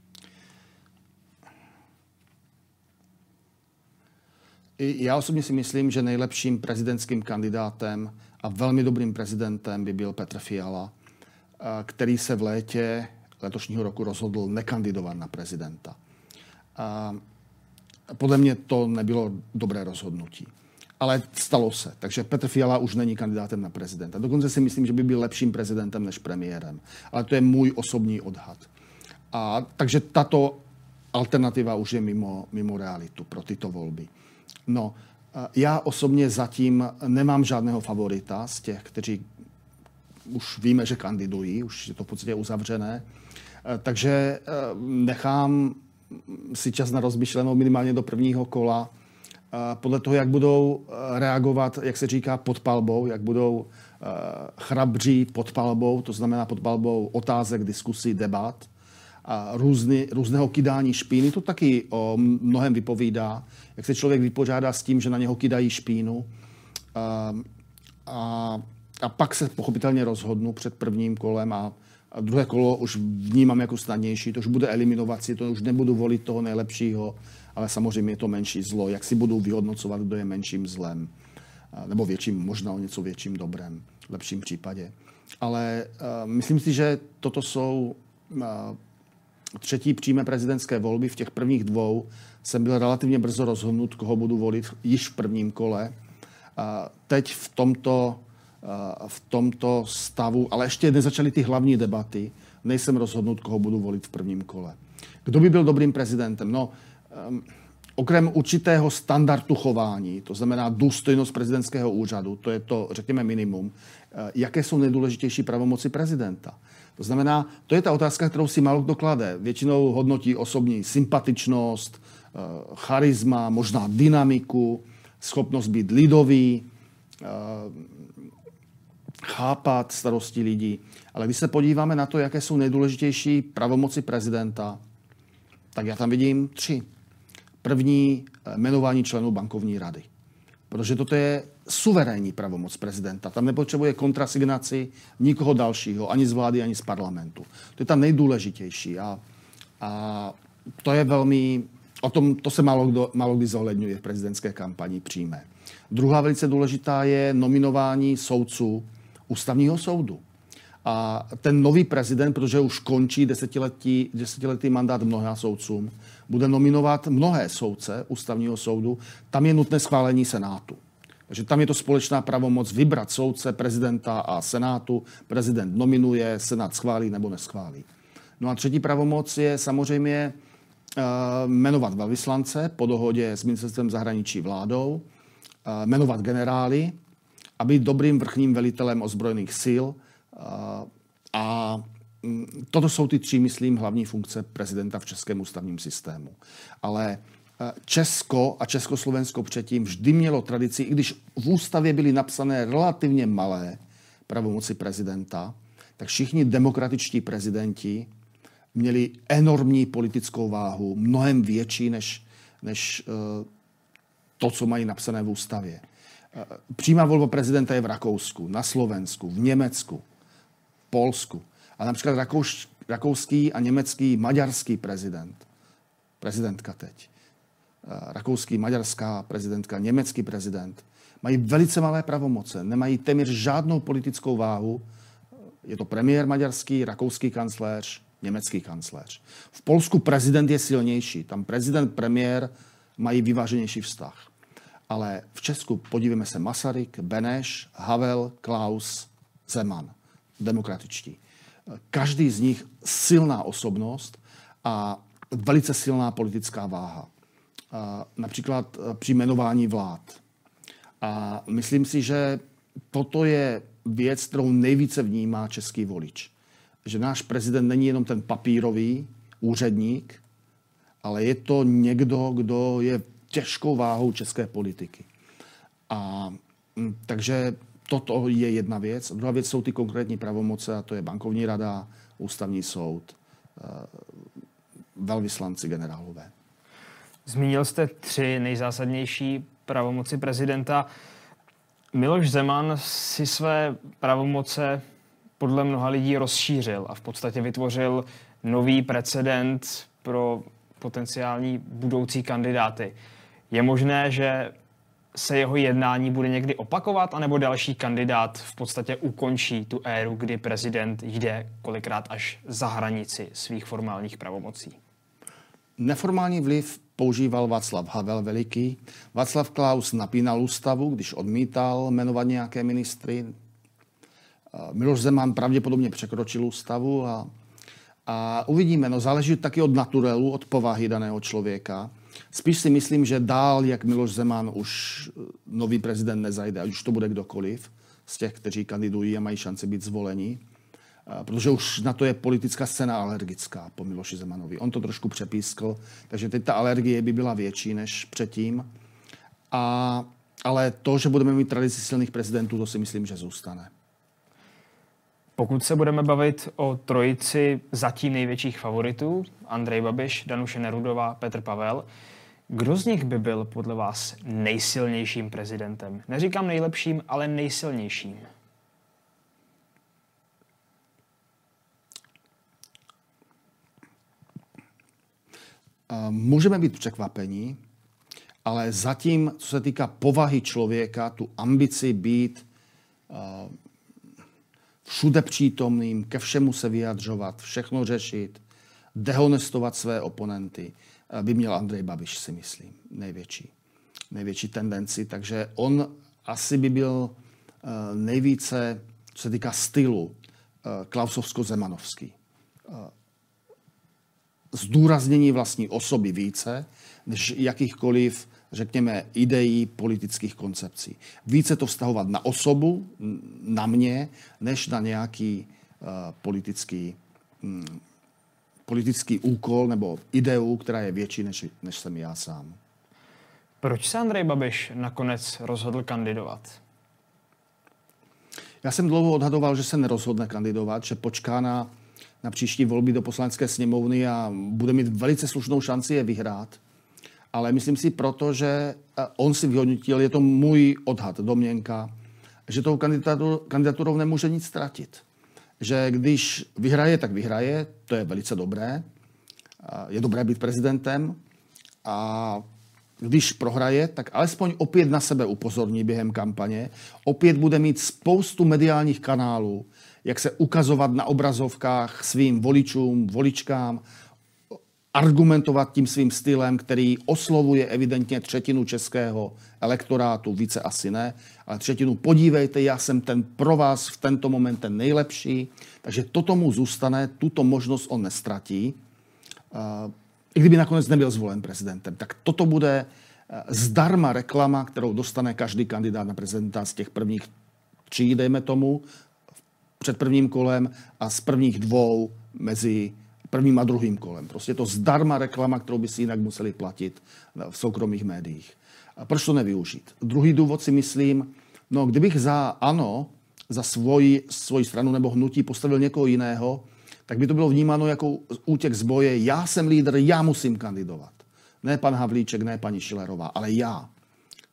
Já osobně si myslím, že nejlepším prezidentským kandidátem a velmi dobrým prezidentem by byl Petr Fiala, který se v létě letošního roku rozhodl nekandidovat na prezidenta. Podle mě to nebylo dobré rozhodnutí. Ale stalo se. Takže Petr Fiala už není kandidátem na prezidenta. Dokonce si myslím, že by byl lepším prezidentem než premiérem. Ale to je můj osobní odhad. A, takže tato alternativa už je mimo, mimo realitu pro tyto volby. No, já osobně zatím nemám žádného favorita z těch, kteří už víme, že kandidují, už je to v podstatě uzavřené. Takže nechám si čas na rozmyšlenou minimálně do prvního kola. Podle toho, jak budou reagovat, jak se říká, pod palbou, jak budou chrabří pod palbou, to znamená pod palbou otázek, diskusí, debat, a různy, různého kydání špíny, to taky o mnohem vypovídá, jak se člověk vypořádá s tím, že na něho kydají špínu. A, a, a pak se pochopitelně rozhodnu před prvním kolem a, a druhé kolo už vnímám jako snadnější, to už bude eliminovací, to už nebudu volit toho nejlepšího, ale samozřejmě je to menší zlo. Jak si budu vyhodnocovat, kdo je menším zlem, nebo větším, možná o něco větším dobrem, v lepším případě. Ale uh, myslím si, že toto jsou uh, třetí přímé prezidentské volby. V těch prvních dvou jsem byl relativně brzo rozhodnut, koho budu volit již v prvním kole. Uh, teď v tomto, uh, v tomto stavu, ale ještě nezačaly ty hlavní debaty, nejsem rozhodnut, koho budu volit v prvním kole. Kdo by byl dobrým prezidentem? No, Um, okrem určitého standardu chování, to znamená důstojnost prezidentského úřadu, to je to, řekněme, minimum, uh, jaké jsou nejdůležitější pravomoci prezidenta. To znamená, to je ta otázka, kterou si málo kdo klade. Většinou hodnotí osobní sympatičnost, uh, charisma, možná dynamiku, schopnost být lidový, uh, chápat starosti lidí. Ale když se podíváme na to, jaké jsou nejdůležitější pravomoci prezidenta, tak já tam vidím tři. První, jmenování členů bankovní rady. Protože toto je suverénní pravomoc prezidenta. Tam nepotřebuje kontrasignaci nikoho dalšího, ani z vlády, ani z parlamentu. To je ta nejdůležitější. A, a to je velmi, o tom to se málo, kdo, málo kdy zohledňuje v prezidentské kampani přímé. Druhá velice důležitá je nominování soudců Ústavního soudu. A ten nový prezident, protože už končí desetiletí, desetiletý mandát mnoha soudcům, bude nominovat mnohé soudce Ústavního soudu. Tam je nutné schválení Senátu. Takže tam je to společná pravomoc vybrat soudce, prezidenta a Senátu. Prezident nominuje, Senát schválí nebo neschválí. No a třetí pravomoc je samozřejmě uh, jmenovat velvyslance po dohodě s ministerstvem zahraničí vládou, uh, jmenovat generály a být dobrým vrchním velitelem ozbrojených sil. A toto jsou ty tři, myslím, hlavní funkce prezidenta v českém ústavním systému. Ale Česko a Československo předtím vždy mělo tradici, i když v ústavě byly napsané relativně malé pravomoci prezidenta, tak všichni demokratičtí prezidenti měli enormní politickou váhu, mnohem větší než, než to, co mají napsané v ústavě. Přímá volba prezidenta je v Rakousku, na Slovensku, v Německu, v Polsku. A například rakouš, rakouský a německý, maďarský prezident, prezidentka teď, rakouský, maďarská prezidentka, německý prezident, mají velice malé pravomoce, nemají téměř žádnou politickou váhu. Je to premiér maďarský, rakouský kancléř, německý kancléř. V Polsku prezident je silnější. Tam prezident, premiér mají vyváženější vztah. Ale v Česku podívejme se Masaryk, Beneš, Havel, Klaus, Zeman. Demokratičtí. Každý z nich silná osobnost a velice silná politická váha. Například při jmenování vlád. A myslím si, že toto je věc, kterou nejvíce vnímá český volič. Že náš prezident není jenom ten papírový úředník, ale je to někdo, kdo je těžkou váhou české politiky. A takže toto je jedna věc. Druhá věc jsou ty konkrétní pravomoce, a to je bankovní rada, ústavní soud, velvyslanci, generálové. Zmínil jste tři nejzásadnější pravomoci prezidenta. Miloš Zeman si své pravomoce podle mnoha lidí rozšířil a v podstatě vytvořil nový precedent pro potenciální budoucí kandidáty. Je možné, že se jeho jednání bude někdy opakovat, anebo další kandidát v podstatě ukončí tu éru, kdy prezident jde kolikrát až za hranici svých formálních pravomocí? Neformální vliv používal Václav Havel veliký. Václav Klaus napínal ústavu, když odmítal jmenovat nějaké ministry. Miloš Zeman pravděpodobně překročil ústavu a, a uvidíme. No, záleží taky od naturelu, od povahy daného člověka. Spíš si myslím, že dál, jak Miloš Zeman, už nový prezident nezajde, ať už to bude kdokoliv z těch, kteří kandidují a mají šanci být zvoleni. Protože už na to je politická scéna alergická po Miloši Zemanovi. On to trošku přepískl, takže teď ta alergie by byla větší než předtím. A, ale to, že budeme mít tradici silných prezidentů, to si myslím, že zůstane. Pokud se budeme bavit o trojici zatím největších favoritů, Andrej Babiš, Danuše Nerudová, Petr Pavel, kdo z nich by byl podle vás nejsilnějším prezidentem? Neříkám nejlepším, ale nejsilnějším. Můžeme být překvapení, ale zatím, co se týká povahy člověka, tu ambici být všude přítomným, ke všemu se vyjadřovat, všechno řešit, dehonestovat své oponenty, by měl Andrej Babiš, si myslím, největší, největší tendenci. Takže on asi by byl nejvíce, co se týká stylu, klausovsko-zemanovský. Zdůraznění vlastní osoby více, než jakýchkoliv, řekněme, ideí politických koncepcí. Více to vztahovat na osobu, na mě, než na nějaký uh, politický, um, politický úkol nebo ideu, která je větší, než, než jsem já sám. Proč se Andrej Babiš nakonec rozhodl kandidovat? Já jsem dlouho odhadoval, že se nerozhodne kandidovat, že počká na na příští volby do Poslanecké sněmovny a bude mít velice slušnou šanci je vyhrát. Ale myslím si proto, že on si vyhodnotil, je to můj odhad, domněnka, že tou kandidaturou nemůže nic ztratit. Že když vyhraje, tak vyhraje, to je velice dobré. Je dobré být prezidentem. A když prohraje, tak alespoň opět na sebe upozorní během kampaně. Opět bude mít spoustu mediálních kanálů, jak se ukazovat na obrazovkách svým voličům, voličkám, argumentovat tím svým stylem, který oslovuje evidentně třetinu českého elektorátu, více asi ne, ale třetinu, podívejte, já jsem ten pro vás v tento moment ten nejlepší, takže toto mu zůstane, tuto možnost on nestratí. I kdyby nakonec nebyl zvolen prezidentem, tak toto bude zdarma reklama, kterou dostane každý kandidát na prezidenta z těch prvních tří, dejme tomu, před prvním kolem a z prvních dvou mezi prvním a druhým kolem. Prostě je to zdarma reklama, kterou by si jinak museli platit v soukromých médiích. A proč to nevyužít? Druhý důvod si myslím, no kdybych za ANO, za svoji, svoji stranu nebo hnutí postavil někoho jiného, tak by to bylo vnímáno jako útěk z boje. Já jsem lídr, já musím kandidovat. Ne pan Havlíček, ne paní Schillerová, ale já.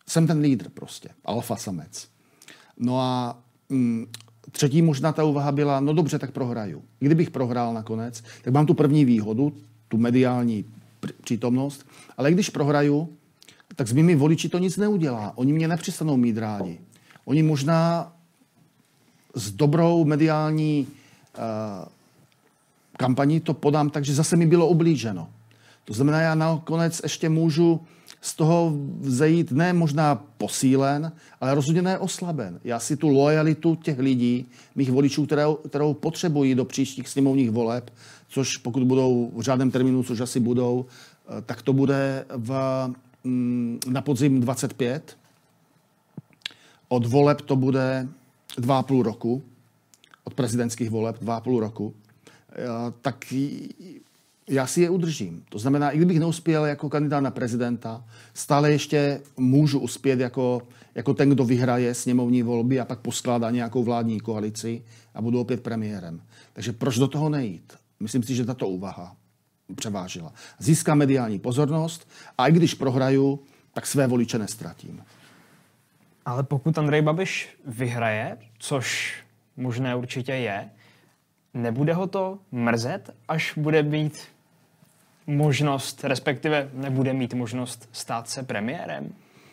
jsem ten lídr prostě, alfa samec. No a mm, třetí možná ta úvaha byla, no dobře, tak prohraju. Kdybych prohrál nakonec, tak mám tu první výhodu, tu mediální přítomnost, ale když prohraju, tak s mými voliči to nic neudělá. Oni mě nepřestanou mít rádi. Oni možná s dobrou mediální uh, kampaní to podám tak, že zase mi bylo ublíženo. To znamená, já nakonec ještě můžu z toho vzejít ne možná posílen, ale rozhodně ne oslaben. Já si tu lojalitu těch lidí, mých voličů, kterou, kterou potřebují do příštích sněmovních voleb, což pokud budou v řádném termínu, což asi budou, tak to bude v, na podzim dvacet pět. Od voleb to bude dva a půl roku. Od prezidentských voleb dva a půl roku. Tak já si je udržím. To znamená, i kdybych neuspěl jako kandidát na prezidenta, stále ještě můžu uspět jako, jako ten, kdo vyhraje sněmovní volby a pak poskládá nějakou vládní koalici a budu opět premiérem. Takže proč do toho nejít? Myslím si, že tato úvaha převážila. Získám mediální pozornost a i když prohraju, tak své voliče nestratím. Ale pokud Andrej Babiš vyhraje, což možné určitě je, nebude ho to mrzet, až bude mít možnost, respektive nebude mít možnost stát se premiérem?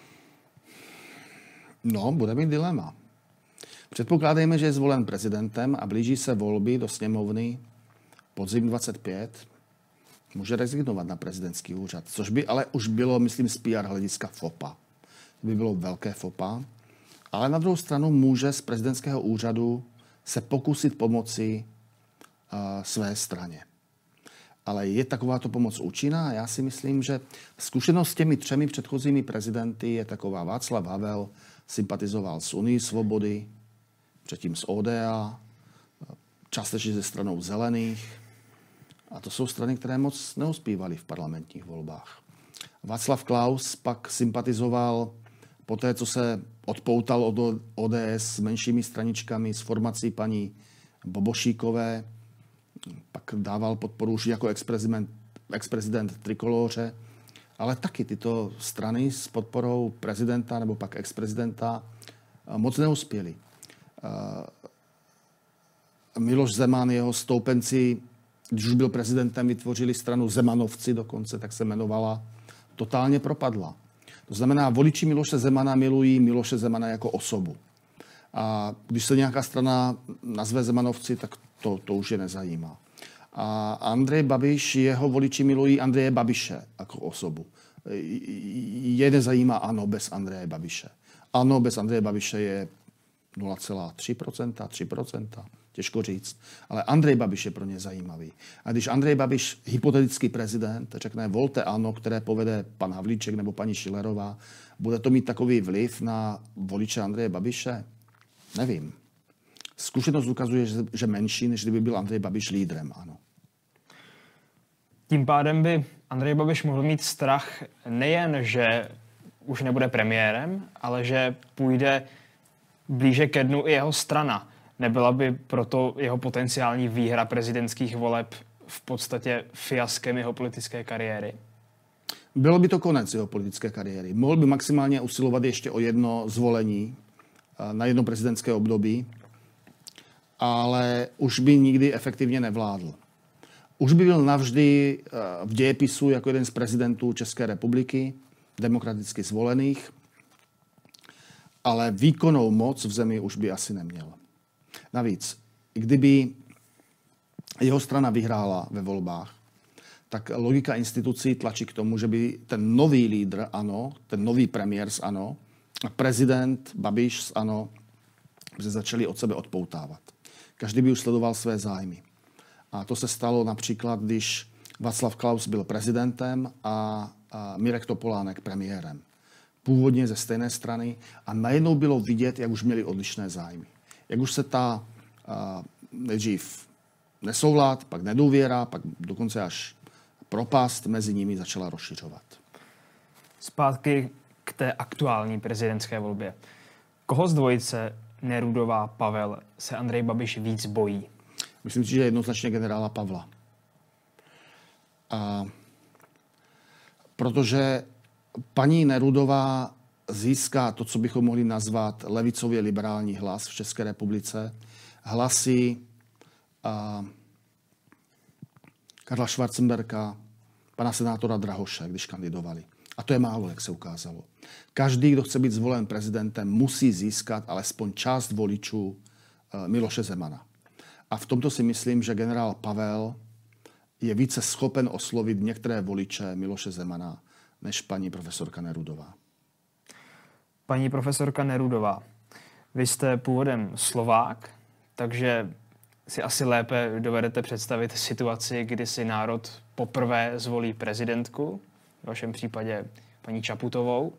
No, bude mít dilema. Předpokládejme, že je zvolen prezidentem a blíží se volby do sněmovny podzim dvacet pět. Může rezignovat na prezidentský úřad, což by ale už bylo, myslím, z P R hlediska fopa. To by bylo velké fopa. Ale na druhou stranu může z prezidentského úřadu se pokusit pomoci uh, své straně. Ale je takováto pomoc účinná? Já si myslím, že zkušenost s těmi třemi předchozími prezidenty je taková. Václav Havel sympatizoval s Unii svobody, předtím s O D A, částečně ze stranou zelených. A to jsou strany, které moc neuspívaly v parlamentních volbách. Václav Klaus pak sympatizoval po té, co se odpoutal od O D S s menšími straničkami, s formací paní Bobošíkové, pak dával podporu už jako ex-prezident, ex-prezident Trikolóře, ale taky tyto strany s podporou prezidenta nebo pak ex-prezidenta moc neuspěly. Miloš Zeman, jeho stoupenci, když už byl prezidentem, vytvořili stranu Zemanovci dokonce, tak se jmenovala, totálně propadla. To znamená, voliči Miloše Zemana milují Miloše Zemana jako osobu. A když se nějaká strana nazve Zemanovci, tak to, to už je nezajímá. A Andrej Babiš, jeho voliči milují Andreje Babiše jako osobu. Je nezajímá ANO bez Andreje Babiše. ANO bez Andreje Babiše je nula celá tři procenta, tři procenta, těžko říct. Ale Andrej Babiš je pro ně zajímavý. A když Andrej Babiš, hypotetický prezident, řekne volte ANO, které povede pan Havlíček nebo paní Schillerová, bude to mít takový vliv na voliče Andreje Babiše? Nevím. Zkušenost ukazuje, že menší, než kdyby byl Andrej Babiš lídrem, ano. Tím pádem by Andrej Babiš mohl mít strach nejen, že už nebude premiérem, ale že půjde blíže ke dnu i jeho strana. Nebyla by proto jeho potenciální výhra prezidentských voleb v podstatě fiaskem jeho politické kariéry? Bylo by to konec jeho politické kariéry. Mohl by maximálně usilovat ještě o jedno zvolení na jedno prezidentské období, ale už by nikdy efektivně nevládl. Už by byl navždy v dějepisu jako jeden z prezidentů České republiky, demokraticky zvolených, ale výkonnou moc v zemi už by asi neměl. Navíc, kdyby jeho strana vyhrála ve volbách, tak logika institucí tlačí k tomu, že by ten nový lídr ANO, ten nový premiér z ANO a prezident Babiš z ANO by se začali od sebe odpoutávat. Každý by už sledoval své zájmy. A to se stalo například, když Václav Klaus byl prezidentem a, a Mirek Topolánek premiérem. Původně ze stejné strany a najednou bylo vidět, jak už měli odlišné zájmy. Jak už se ta a, nejdřív nesoulad, pak nedůvěra, pak dokonce až propast mezi nimi začala rozšiřovat. Zpátky k té aktuální prezidentské volbě. Koho z dvojice Nerudová Pavel se Andrej Babiš víc bojí? Myslím si, že jednoznačně generála Pavla. A protože paní Nerudová získá to, co bychom mohli nazvat levicově liberální hlas v České republice. Hlasy a Karla Schwarzenberga, pana senátora Drahoše, když kandidovali. A to je málo, jak se ukázalo. Každý, kdo chce být zvolen prezidentem, musí získat alespoň část voličů Miloše Zemana. A v tomto si myslím, že generál Pavel je více schopen oslovit některé voliče Miloše Zemana, než paní profesorka Nerudová. Paní profesorka Nerudová, vy jste původem Slovák, takže si asi lépe dovedete představit situaci, kdy si národ poprvé zvolí prezidentku, v vašem případě paní Čaputovou.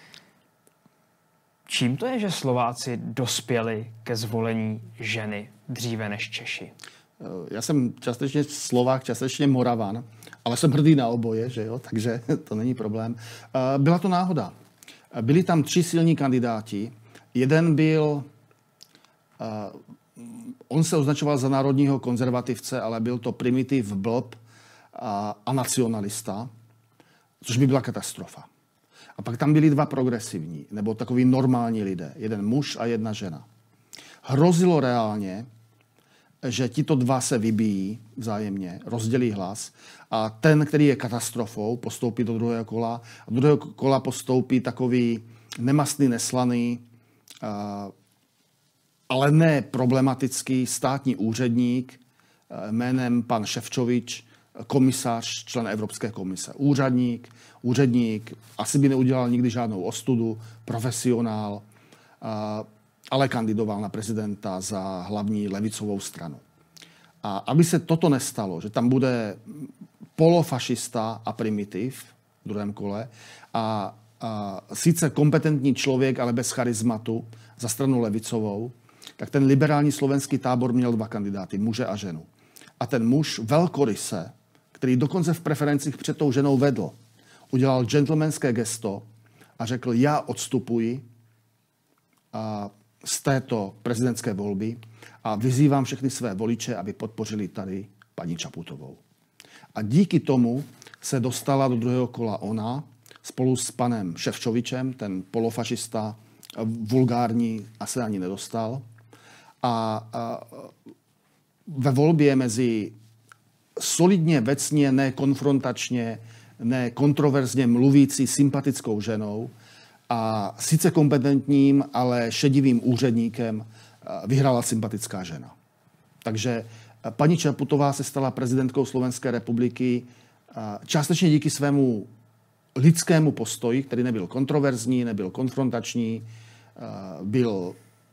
Čím to je, že Slováci dospěli ke zvolení ženy dříve než Češi? Já jsem částečně Slovák, částečně Moravan, ale jsem hrdý na oboje, že jo? Takže to není problém. Byla to náhoda. Byli tam tři silní kandidáti. Jeden byl, on se označoval za národního konzervativce, ale byl to primitiv, blb a, a nacionalista, což by byla katastrofa. A pak tam byli dva progresivní, nebo takový normální lidé. Jeden muž a jedna žena. Hrozilo reálně, že tito dva se vybíjí vzájemně, rozdělí hlas a ten, který je katastrofou, postoupí do druhého kola. A do druhého kola postoupí takový nemastný, neslaný, ale ne problematický státní úředník jménem pan Šefčovič, komisař, člen Evropské komise. Úřadník, úředník, asi by neudělal nikdy žádnou ostudu, profesionál, ale kandidoval na prezidenta za hlavní levicovou stranu. A aby se toto nestalo, že tam bude polofašista a primitiv v druhém kole a, a sice kompetentní člověk, ale bez charizmatu za stranu levicovou, tak ten liberální slovenský tábor měl dva kandidáty, muže a ženu. A ten muž velkoryse, který dokonce v preferencích před tou ženou vedl, udělal gentlemanské gesto a řekl, já odstupuji a z této prezidentské volby a vyzývám všechny své voliče, aby podpořili tady paní Čaputovou. A díky tomu se dostala do druhého kola ona spolu s panem Šefčovičem, ten polofašista, vulgární, asi ani nedostal. A, a ve volbě mezi solidně, vecně, ne konfrontačně, ne kontroverzně mluvící sympatickou ženou a sice kompetentním, ale šedivým úředníkem vyhrála sympatická žena. Takže paní Čaputová se stala prezidentkou Slovenské republiky částečně díky svému lidskému postoji, který nebyl kontroverzní, nebyl konfrontační, byl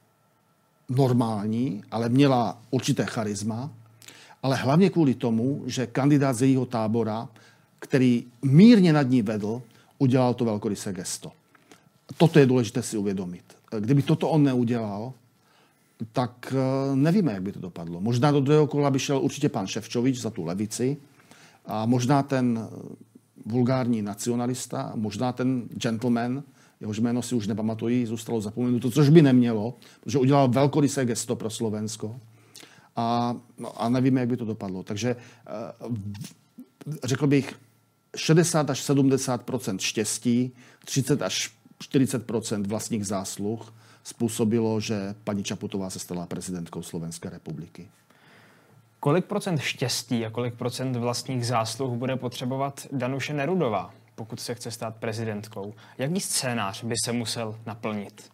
normální, ale měla určité charisma, ale hlavně kvůli tomu, že kandidát z jejího tábora, který mírně nad ní vedl, udělal to velkorysé gesto. Toto je důležité si uvědomit. Kdyby toto on neudělal, tak nevíme, jak by to dopadlo. Možná do druhého kola by šel určitě pan Šefčovič za tu levici a možná ten vulgární nacionalista, možná ten gentleman, jehož jméno si už nepamatují, zůstalo zapomenuto, což by nemělo, protože udělal velkorysé gesto pro Slovensko a, no, a nevíme, jak by to dopadlo. Takže řekl bych šedesát až sedmdesát procent štěstí, třicet až čtyřicet procent vlastních zásluh způsobilo, že paní Čaputová se stala prezidentkou Slovenské republiky. Kolik procent štěstí a kolik procent vlastních zásluh bude potřebovat Danuše Nerudová, pokud se chce stát prezidentkou? Jaký scénář by se musel naplnit?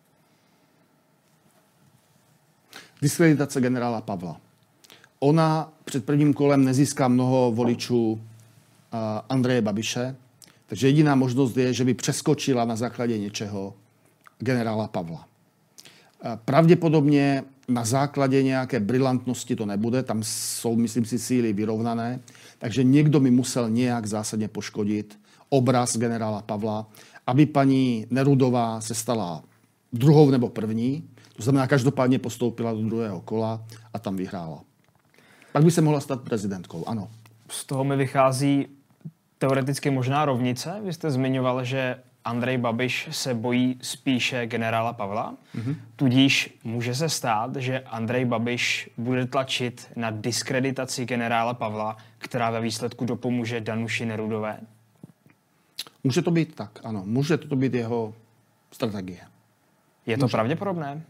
Diskreditace generála Pavla. Ona před prvním kolem nezíská mnoho voličů Andreje Babiše, takže jediná možnost je, že by přeskočila na základě něčeho generála Pavla. Pravděpodobně na základě nějaké brilantnosti to nebude, tam jsou, myslím si, síly vyrovnané, takže někdo mi musel nějak zásadně poškodit obraz generála Pavla, aby paní Nerudová se stala druhou nebo první, to znamená, každopádně postoupila do druhého kola a tam vyhrála. Pak by se mohla stát prezidentkou, ano. Z toho mi vychází teoreticky možná rovnice. Vy jste zmiňoval, že Andrej Babiš se bojí spíše generála Pavla. Mm-hmm. Tudíž může se stát, že Andrej Babiš bude tlačit na diskreditaci generála Pavla, která ve výsledku dopomůže Danuši Nerudové. Může to být tak, ano. Může to být jeho strategie. Je to Může. pravděpodobné?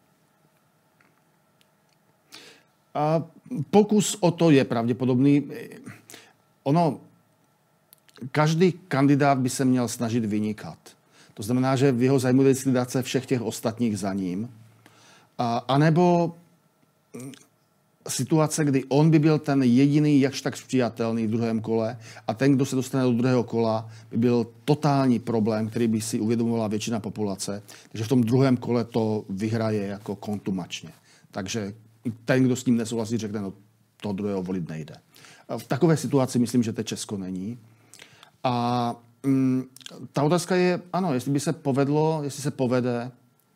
A pokus o to je pravděpodobný. Ono, každý kandidát by se měl snažit vynikat. To znamená, že v jeho zájmu je likvidace všech těch ostatních za ním. A, anebo situace, kdy on by byl ten jediný, jakž tak přijatelný v druhém kole a ten, kdo se dostane do druhého kola, by byl totální problém, který by si uvědomovala většina populace. Takže v tom druhém kole to vyhraje jako kontumačně. Takže ten, kdo s tím nesouhlasí, řekne, no toho druhého volit nejde. V takové situaci myslím, že to Česko není. A mm, ta otázka je, ano, jestli by se povedlo, jestli se povede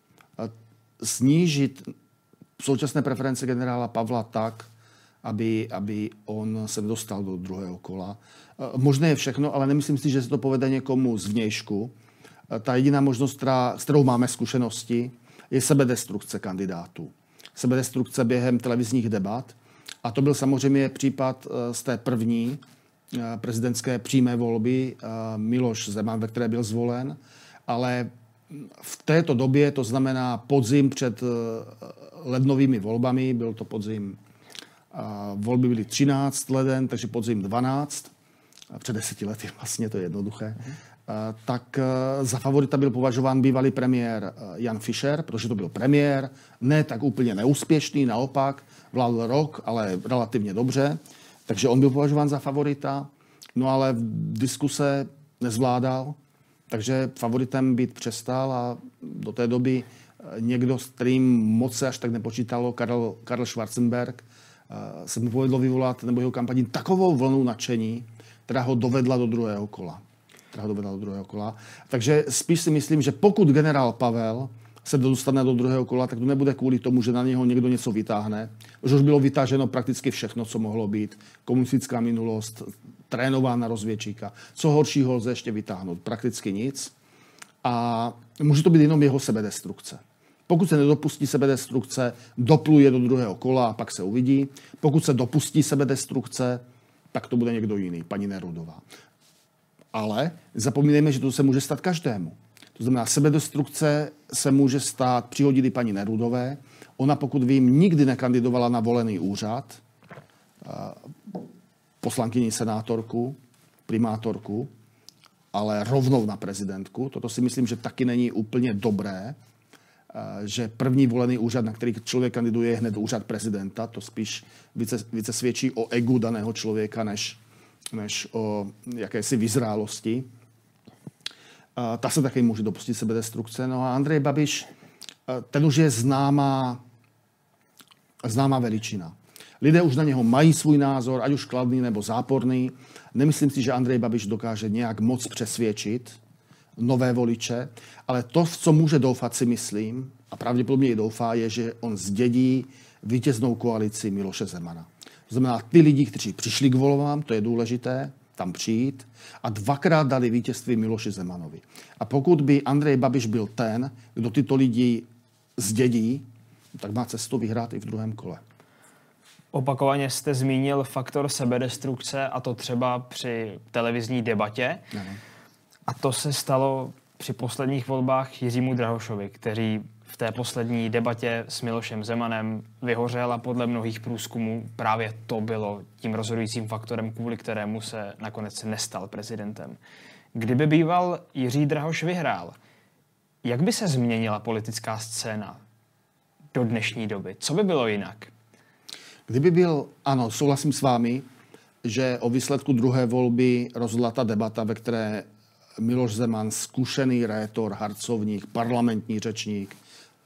snížit současné preference generála Pavla tak, aby, aby on se dostal do druhého kola. Možné je všechno, ale nemyslím si, že se to povede někomu zvnějšku. Ta jediná možnost, která, s kterou máme zkušenosti, je sebedestrukce kandidátů. Sebedestrukce během televizních debat. A to byl samozřejmě případ z té první prezidentské přímé volby Miloš Zeman, ve které byl zvolen. Ale v této době, to znamená podzim před lednovými volbami, byl to podzim, volby byly třináct leden, takže podzim dvanáct, před deseti lety vlastně, to je jednoduché, tak za favorita byl považován bývalý premiér Jan Fischer, protože to byl premiér, ne tak úplně neúspěšný, naopak, vládl rok, ale relativně dobře, takže on byl považován za favorita, no ale v diskuse nezvládal, takže favoritem být přestal a do té doby někdo, s kterým moc se až tak nepočítalo, Karl, Karl Schwarzenberg, se mu povedlo vyvolat nebo jeho kampaní takovou vlnu nadšení, která ho dovedla do druhého kola. Která ho dovedla do druhého kola. Takže spíš si myslím, že pokud generál Pavel se dostane do druhého kola, tak to nebude kvůli tomu, že na něho někdo něco vytáhne. Že už bylo vytáženo prakticky všechno, co mohlo být. Komunistická minulost, trénována rozvědčíka. Co horšího lze ještě vytáhnout? Prakticky nic. A může to být jenom jeho sebedestrukce. Pokud se nedopustí sebedestrukce, dopluje do druhého kola a pak se uvidí. Pokud se dopustí sebedestrukce, tak to bude někdo jiný, paní Nerudová. Ale zapomínejme, že to se může stát každému. To znamená, sebedestrukce se může stát, přihodit i paní Nerudové. Ona, pokud vím, nikdy nekandidovala na volený úřad, poslankyni senátorku, primátorku, ale rovnou na prezidentku. Toto si myslím, že taky není úplně dobré, že první volený úřad, na který člověk kandiduje, je hned úřad prezidenta. To spíš více, více svědčí o egu daného člověka, než, než o jakési vyzrálosti. Ta se taky může dopustit sebedestrukce. No a Andrej Babiš, ten už je známá, známá veličina. Lidé už na něho mají svůj názor, ať už kladný nebo záporný. Nemyslím si, že Andrej Babiš dokáže nějak moc přesvědčit nové voliče, ale to, v co může doufat, si myslím, a pravděpodobně i doufá, je, že on zdědí vítěznou koalici Miloše Zemana. To znamená, ty lidi, kteří přišli k volbám, to je důležité, tam přijít, a dvakrát dali vítězství Miloši Zemanovi. A pokud by Andrej Babiš byl ten, kdo tyto lidi zdědí, tak má cestu vyhrát i v druhém kole. Opakovaně jste zmínil faktor sebedestrukce, a to třeba při televizní debatě. Ano. A to se stalo při posledních volbách Jiřímu Drahošovi, který v té poslední debatě s Milošem Zemanem vyhořel a podle mnohých průzkumů právě to bylo tím rozhodujícím faktorem, kvůli kterému se nakonec nestal prezidentem. Kdyby býval Jiří Drahoš vyhrál, jak by se změnila politická scéna do dnešní doby? Co by bylo jinak? Kdyby byl, ano, souhlasím s vámi, že o výsledku druhé volby rozhodla ta debata, ve které Miloš Zeman, zkušený rétor, harcovník, parlamentní řečník,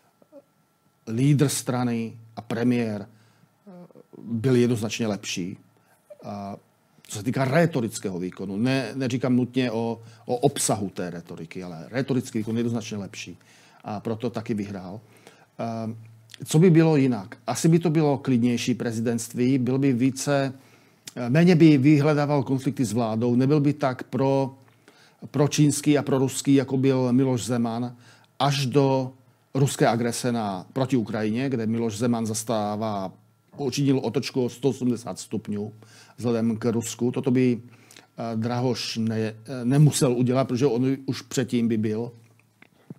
lídr strany a premiér, byl jednoznačně lepší. A co se týká rétorického výkonu, ne, neříkám nutně o, o obsahu té rétoriky, ale rétorický výkon je jednoznačně lepší. A proto taky vyhrál. A co by bylo jinak? Asi by to bylo klidnější prezidentství, byl by více, méně by vyhledával konflikty s vládou, nebyl by tak pro, pro čínský a pro ruský, jako byl Miloš Zeman, až do ruské agrese na, proti Ukrajině, kde Miloš Zeman zastává, učinil otočku o sto osmdesát stupňů vzhledem k Rusku. Toto by Drahoš ne, nemusel udělat, protože on už předtím by byl.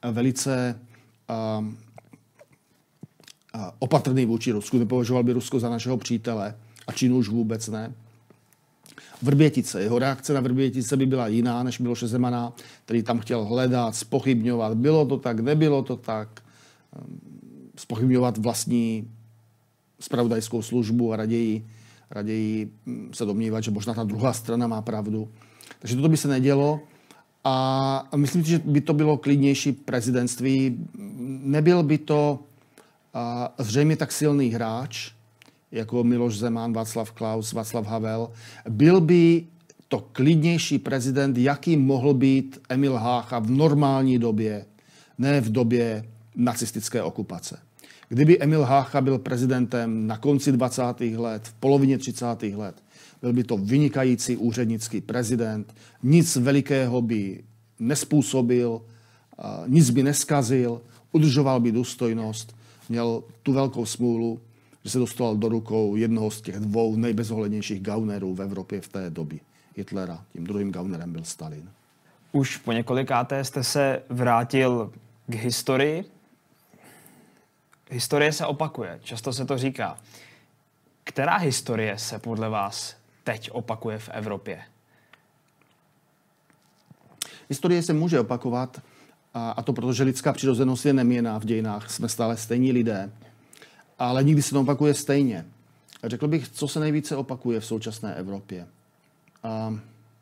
velice uh, uh, opatrný vůči Rusku, nepovažoval by Rusko za našeho přítele a Čínu už vůbec ne. Vrbětice. Jeho reakce na Vrbětice by byla jiná než Miloše Zemana, který tam chtěl hledat, zpochybňovat. Bylo to tak, nebylo to tak. Zpochybňovat vlastní zpravodajskou službu a raději, raději se domnívat, že možná ta druhá strana má pravdu. Takže toto by se nedělo. A myslím si, že by to bylo klidnější prezidentství. Nebyl by to zřejmě tak silný hráč, jako Miloš Zeman, Václav Klaus, Václav Havel. Byl by to klidnější prezident, jaký mohl být Emil Hácha v normální době, ne v době nacistické okupace. Kdyby Emil Hácha byl prezidentem na konci dvacátých let, v polovině třicátých let, byl by to vynikající úřednický prezident, nic velikého by nespůsobil, nic by neskazil, udržoval by důstojnost, měl tu velkou smůlu, že se dostal do rukou jednoho z těch dvou nejbezohlednějších gaunerů v Evropě v té době, Hitlera. Tím druhým gaunerem byl Stalin. Už po několikáté jste se vrátil k historii. Historie se opakuje, často se to říká. Která historie se podle vás teď opakuje v Evropě? Historie se může opakovat, a to proto, že lidská přirozenost je neměnná v dějinách. Jsme stále stejní lidé, ale nikdy se to opakuje stejně. Řekl bych, co se nejvíce opakuje v současné Evropě. A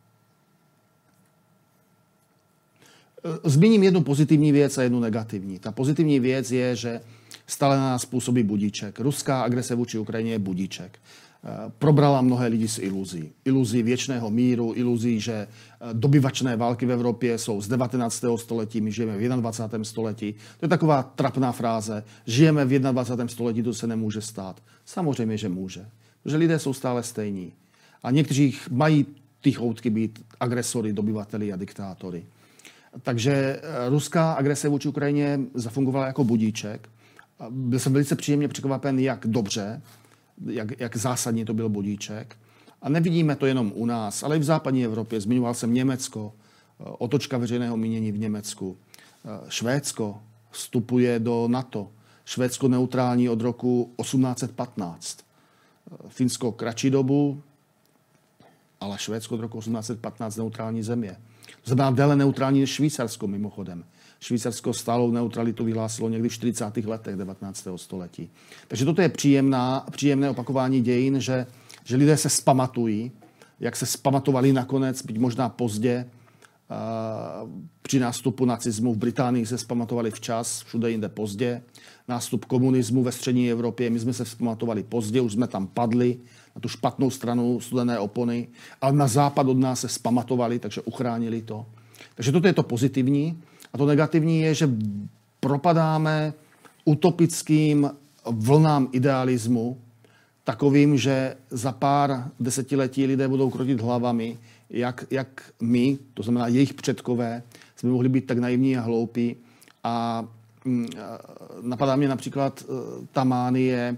zmíním jednu pozitivní věc a jednu negativní. Ta pozitivní věc je, že stále na nás působí budíček. Ruská agrese vůči Ukrajině je budíček. Probrala mnohé lidi s iluzí. Iluzí věčného míru, iluzí, že dobyvačné války v Evropě jsou z devatenáctého století, my žijeme v dvacátém prvním století. To je taková trapná fráze. Žijeme v dvacátém prvním století, to se nemůže stát. Samozřejmě, že může. Protože lidé jsou stále stejní. A někteří mají ty choutky být agresory, dobyvateli a diktátory. Takže ruská agrese vůči Ukrajině zafungovala jako budíček. Byl jsem velice příjemně překvapen, jak dobře, jak, jak zásadně to byl budíček. A nevidíme to jenom u nás, ale i v západní Evropě. Zmiňoval jsem Německo, otočka veřejného mínění v Německu. Švédsko vstupuje do NATO. Švédsko neutrální od roku osmnáct set patnáct. Finsko kratší dobu, ale Švédsko od roku osmnáct set patnáct neutrální země. To znamená déle neutrální než Švýcarsko mimochodem. Švýcarsko stálou neutralitu vyhlásilo někdy v čtyřicátých letech devatenáctého století. Takže toto je příjemná, příjemné opakování dějin, že, že lidé se zpamatují, jak se zpamatovali nakonec, byť možná pozdě, uh, při nástupu nacismu v Británii se zpamatovali včas, všude jinde pozdě. Nástup komunismu ve střední Evropě, my jsme se vzpamatovali pozdě, už jsme tam padli na tu špatnou stranu studené opony, ale na západ od nás se vzpamatovali, takže uchránili to. Takže toto je to pozitivní. A to negativní je, že propadáme utopickým vlnám idealismu, takovým, že za pár desetiletí lidé budou krotit hlavami, jak, jak my, to znamená jejich předkové, jsme mohli být tak naivní a hloupí. A mm, napadá mě například ta mánie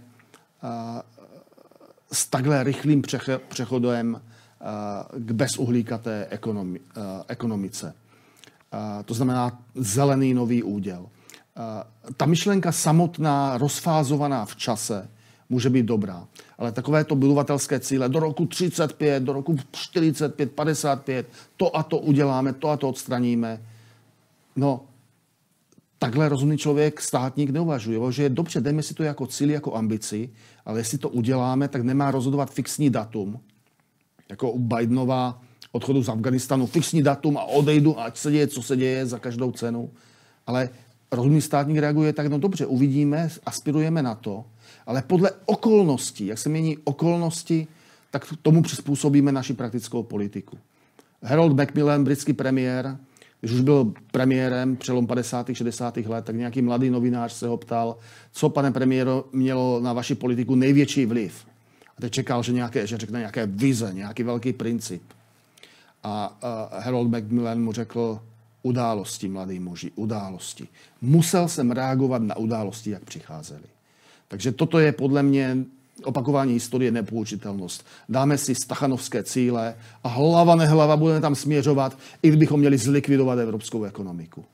s takhle rychlým přechodem k bezuhlíkaté ekonomi, ekonomice. To znamená zelený nový úděl. Ta myšlenka samotná, rozfázovaná v čase, může být dobrá. Ale takovéto budovatelské cíle do roku třicet pět, do roku čtyřicet pět, padesát pět, to a to uděláme, to a to odstraníme. No, takhle rozumný člověk, státník neuvažuje, že je dobře, dejme si to jako cíl, jako ambici, ale jestli to uděláme, tak nemá rozhodovat fixní datum, jako u Bidenova odchodu z Afganistanu, fixní datum a odejdu, ať se děje, co se děje za každou cenu. Ale rozumný státník reaguje tak, no dobře, uvidíme, aspirujeme na to, ale podle okolností, jak se mění okolnosti, tak tomu přizpůsobíme naši praktickou politiku. Harold Macmillan, britský premiér, když už byl premiérem přelom padesátých šedesátých let, tak nějaký mladý novinář se ho ptal, co, pane premiéro, mělo na vaši politiku největší vliv. A teď čekal, že, nějaké, že řekne nějaké vize, nějaký velký princip. A uh, Harold Macmillan mu řekl, události, mladý muži, události. Musel jsem reagovat na události, jak přicházely. Takže toto je podle mě opakování historie, nepoučitelnost. Dáme si stachanovské cíle a hlava nehlava budeme tam směřovat, i kdybychom měli zlikvidovat evropskou ekonomiku.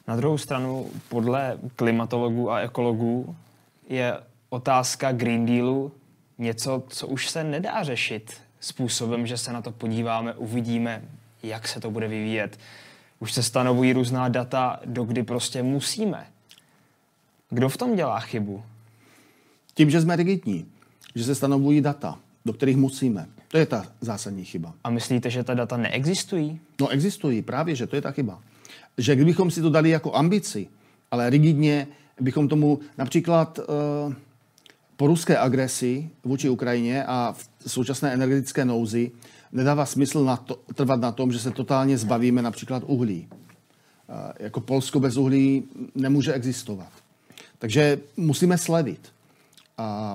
Na druhou stranu, podle klimatologů a ekologů je otázka Green Dealu něco, co už se nedá řešit způsobem, že se na to podíváme, uvidíme, jak se to bude vyvíjet. Už se stanovují různá data, dokdy prostě musíme. Kdo v tom dělá chybu? Tím, že jsme rigidní, že se stanovují data, do kterých musíme. To je ta zásadní chyba. A myslíte, že ta data neexistují? No existují, právě, že to je ta chyba. Že kdybychom si to dali jako ambici, ale rigidně bychom tomu například uh, po ruské agresi vůči Ukrajině a v současné energetické nouzi nedává smysl na to, trvat na tom, že se totálně zbavíme například uhlí. Uh, jako Polsko bez uhlí nemůže existovat. Takže musíme slevit. A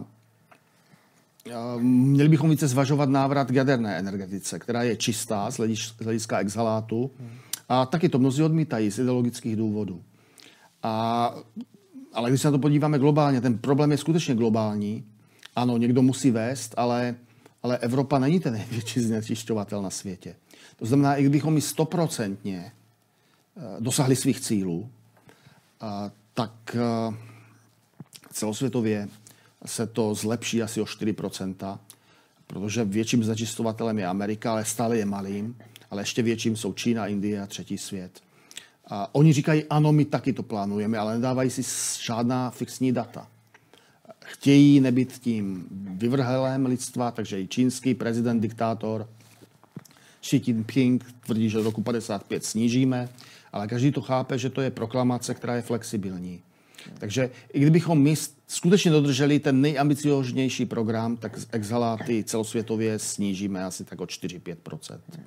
měli bychom více zvažovat návrat k jaderné energetice, která je čistá z hlediska exhalátu. A taky to mnozí odmítají z ideologických důvodů. A, ale když se na to podíváme globálně, ten problém je skutečně globální. Ano, někdo musí vést, ale, ale Evropa není ten největší znečišťovatel na světě. To znamená, i kdybychom my stoprocentně dosahli svých cílů, tak celosvětově se to zlepší asi o čtyři procenta, protože větším znečišťovatelem je Amerika, ale stále je malým, ale ještě větším jsou Čína, Indie a třetí svět. A oni říkají, ano, my taky to plánujeme, ale nedávají si žádná fixní data. Chtějí nebýt tím vyvrhelem lidstva, takže i čínský prezident, diktátor Xi Jinping tvrdí, že do roku padesát pět snížíme, ale každý to chápe, že to je proklamace, která je flexibilní. Takže i kdybychom my skutečně dodrželi ten nejambicioznější program, tak exhaláty celosvětově snížíme asi tak o čtyři až pět procent.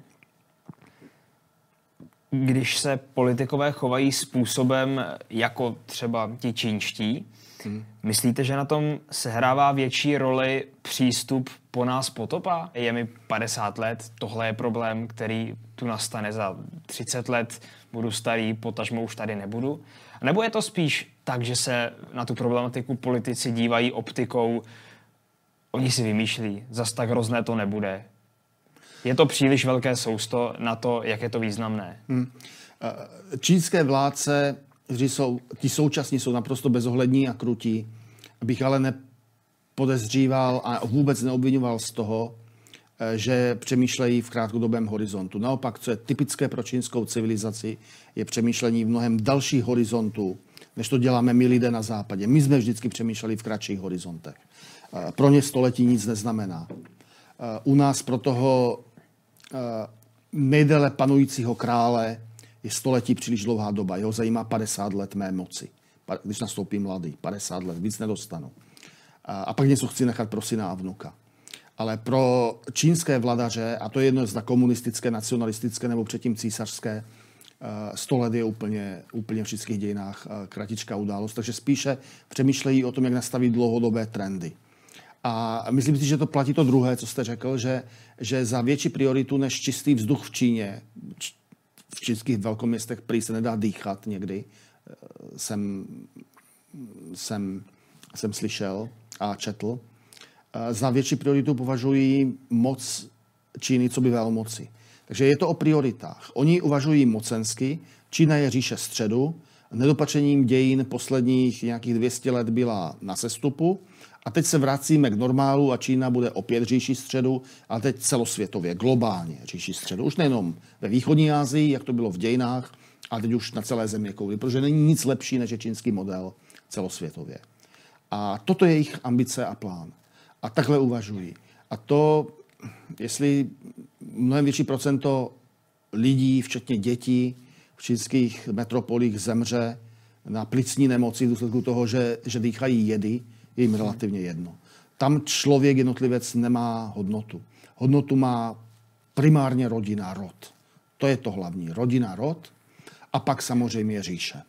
Když se politikové chovají způsobem jako třeba ti čínští, hmm. myslíte, že na tom sehrává větší roli přístup po nás potopa? Je mi padesát let, tohle je problém, který tu nastane za třicet let, budu starý, potažmo už tady nebudu? Nebo je to spíš tak, že se na tu problematiku politici dívají optikou, oni si vymýšlí, zas tak hrozné to nebude. Je to příliš velké sousto na to, jak je to významné? Hmm. Čínské vládce, kteří jsou, ti současní jsou naprosto bezohlední a krutí, bych ale nepodezříval a vůbec neobvinoval z toho, že přemýšlejí v krátkodobém horizontu. Naopak, co je typické pro čínskou civilizaci, je přemýšlení v mnohem dalších horizontů, než to děláme my lidé na západě. My jsme vždycky přemýšleli v kratších horizontech. Pro ně století nic neznamená. U nás pro toho nejdéle panujícího krále je století příliš dlouhá doba. Jeho zajímá padesát let mé moci. Když nastoupí mladý, padesát let, víc nedostanu. A pak něco chci nechat pro syna a vnuka. Ale pro čínské vladaře, a to je jedno, zda komunistické, nacionalistické nebo předtím císařské, sto let je úplně, úplně v českých dějinách kratičká událost. Takže spíše přemýšlejí o tom, jak nastavit dlouhodobé trendy. A myslím si, že to platí to druhé, co jste řekl, že, že za větší prioritu než čistý vzduch v Číně, v čínských velkoměstech prý se nedá dýchat někdy, jsem, jsem, jsem slyšel a četl, za větší prioritu považují moc Číny, co by velmoci. Takže je to o prioritách. Oni uvažují mocensky, Čína je říše středu, nedopatřením dějin posledních nějakých dvě stě let byla na sestupu a teď se vracíme k normálu a Čína bude opět říší středu, ale teď celosvětově, globálně říší středu. Už nejenom ve východní Asii, jak to bylo v dějinách, ale teď už na celé země kouli, protože není nic lepší, než je čínský model celosvětově. A toto je jejich ambice a plán. A takhle uvažují. A to, jestli mnohem větší procento lidí, včetně dětí, v čínských metropolích zemře na plicní nemoci v důsledku toho, že, že dýchají jedy, je jim relativně jedno. Tam člověk, jednotlivec nemá hodnotu. Hodnotu má primárně rodina, rod. To je to hlavní. Rodina, rod a pak samozřejmě říše.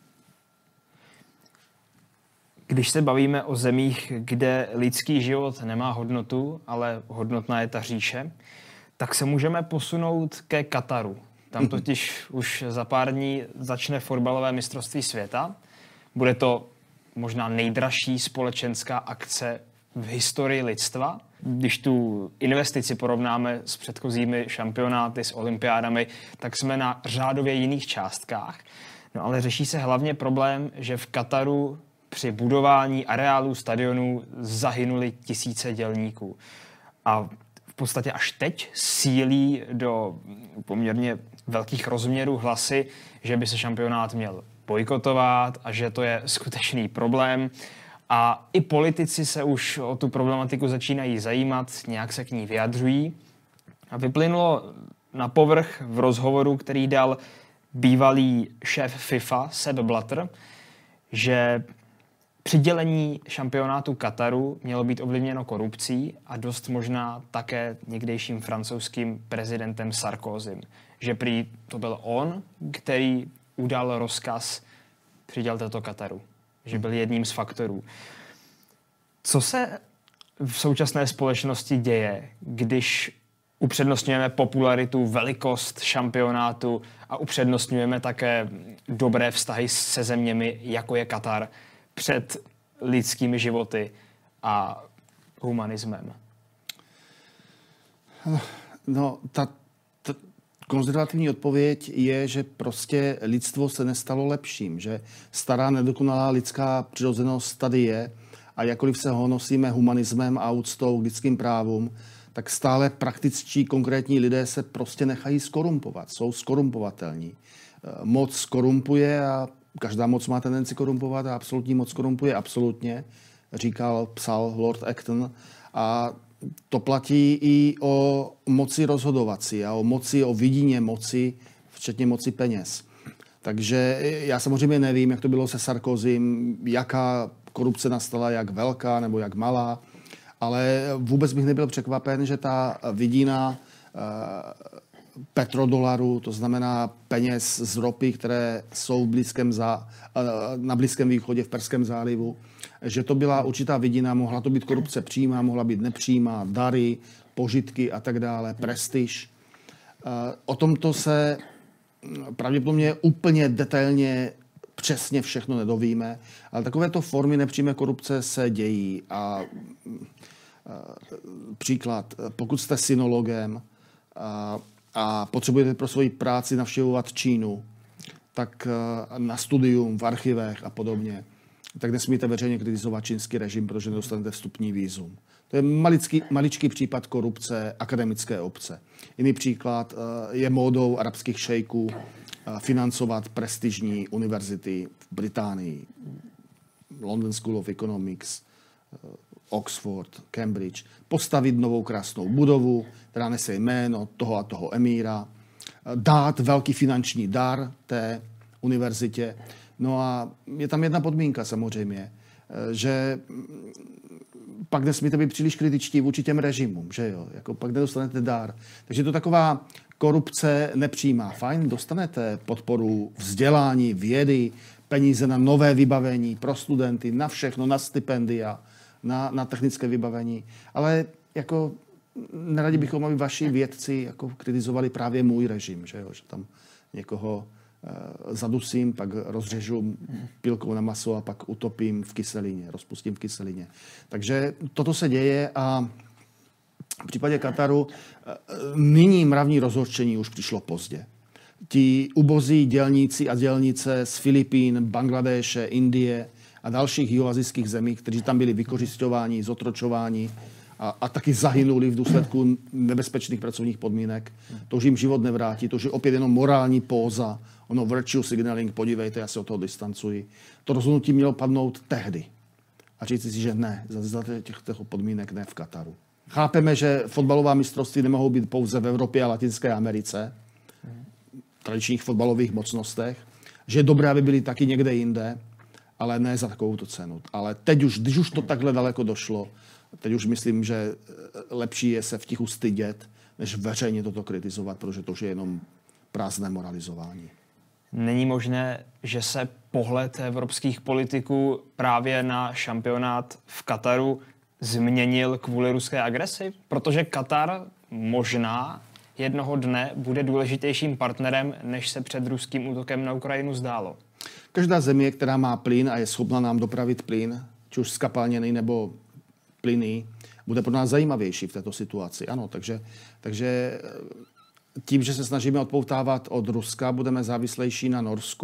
Když se bavíme o zemích, kde lidský život nemá hodnotu, ale hodnotná je ta říše, tak se můžeme posunout ke Kataru. Tam totiž už za pár dní začne fotbalové mistrovství světa. Bude to možná nejdražší společenská akce v historii lidstva. Když tu investici porovnáme s předchozími šampionáty, s olympiádami, tak jsme na řádově jiných částkách. No ale řeší se hlavně problém, že v Kataru při budování areálu stadionů zahynuli tisíce dělníků. A v podstatě až teď sílí do poměrně velkých rozměrů hlasy, že by se šampionát měl bojkotovat a že to je skutečný problém. A i politici se už o tu problematiku začínají zajímat, nějak se k ní vyjadřují. A vyplynulo na povrch v rozhovoru, který dal bývalý šéf FIFA Sepp Blatter, že přidělení šampionátu Kataru mělo být ovlivněno korupcí a dost možná také někdejším francouzským prezidentem Sarkozym. Že prý to byl on, který udal rozkaz přidělte to Kataru. Že byl jedním z faktorů. Co se v současné společnosti děje, když upřednostňujeme popularitu, velikost šampionátu a upřednostňujeme také dobré vztahy se zeměmi, jako je Katar, před lidskými životy a humanismem? No, ta, ta konzervativní odpověď je, že prostě lidstvo se nestalo lepším, že stará nedokonalá lidská přirozenost tady je a jakkoliv se honosíme humanismem a úctou k lidským právům, tak stále praktičtí konkrétní lidé se prostě nechají skorumpovat, jsou skorumpovatelní. Moc skorumpuje a každá moc má tendenci korumpovat a absolutní moc korumpuje absolutně, říkal, psal Lord Acton. A to platí i o moci rozhodovací a o moci, o vidině moci, včetně moci peněz. Takže já samozřejmě nevím, jak to bylo se Sarkozym, jaká korupce nastala, jak velká nebo jak malá, ale vůbec bych nebyl překvapen, že ta vidina petrodolaru, to znamená peněz z ropy, které jsou v blízkém zá, na Blízkém východě, v Perském zálivu, že to byla určitá vidina, mohla to být korupce přímá, mohla být nepřímá, dary, požitky a tak dále, prestiž. O tomto se pravděpodobně úplně detailně přesně všechno nedovíme, ale takovéto formy nepřímé korupce se dějí. A, a příklad, pokud jste synologem a, a potřebujete pro svoji práci navštěvovat Čínu, tak na studium, v archivech a podobně, tak nesmíte veřejně kritizovat čínský režim, protože nedostanete vstupní vízum. To je maličký, maličký případ korupce akademické obce. Jiný příklad je módou arabských šejků financovat prestižní univerzity v Británii. London School of Economics, Oxford, Cambridge. Postavit novou krásnou budovu, která nese jméno toho a toho emíra. Dát velký finanční dar té univerzitě. No a je tam jedna podmínka samozřejmě, že pak nesmíte být příliš kritičtí vůči těm režimům, že jo? Jako pak nedostanete dár. Takže je to taková korupce nepřímá. Fajn, dostanete podporu vzdělání, vědy, peníze na nové vybavení pro studenty, na všechno, na stipendia, na, na technické vybavení. Ale jako neradi bychom, aby vaši vědci jako kritizovali právě můj režim, že jo? Že tam někoho zadusím, pak rozřežu pilkou na maso a pak utopím v kyselině, rozpustím v kyselině. Takže toto se děje a v případě Kataru nyní mravní rozhořčení už přišlo pozdě. Ti ubozí dělníci a dělnice z Filipín, Bangladéše, Indie a dalších jihoazijských zemí, kteří tam byli vykořisťováni, zotročováni a, a taky zahynuli v důsledku nebezpečných pracovních podmínek. To už jim život nevrátí, to už je opět jenom morální póza, ono virtue signaling, podívejte, já se od toho distancuji. To rozhodnutí mělo padnout tehdy. A říct si, že ne, za těchto podmínek ne v Kataru. Chápeme, že fotbalová mistrovství nemohou být pouze v Evropě a Latinské Americe, tradičních fotbalových mocnostech, že je dobré, aby byly taky někde jinde, ale ne za takovouto cenu. Ale teď už, když už to takhle daleko došlo, teď už myslím, že lepší je se v tichu stydět, než veřejně toto kritizovat, protože to už je jenom prázdné moralizování. Není možné, že se pohled evropských politiků právě na šampionát v Kataru změnil kvůli ruské agresi? Protože Katar možná jednoho dne bude důležitějším partnerem, než se před ruským útokem na Ukrajinu zdálo. Každá země, která má plyn a je schopna nám dopravit plyn, či už skapalněný nebo plyný, bude pro nás zajímavější v této situaci. Ano, takže, takže tím, že se snažíme odpoutávat od Ruska, budeme závislejší na Norsku,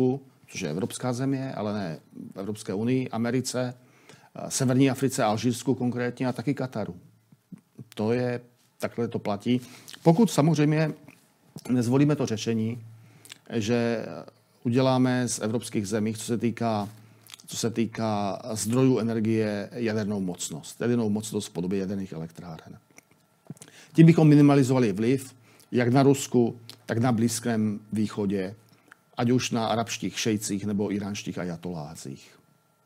což je evropská země, ale ne v Evropské unii, Americe, Severní Africe, Alžírsku konkrétně a taky Kataru. To je, takhle to platí. Pokud samozřejmě nezvolíme to řešení, že uděláme z evropských zemí, co se týká, co se týká zdrojů energie, jadernou mocnost. Jadernou mocnost v podobě jaderných elektráren. Tím bychom minimalizovali vliv jak na Rusku, tak na Blízkém východě, ať už na arabských šejcích nebo iránských ajatolácích.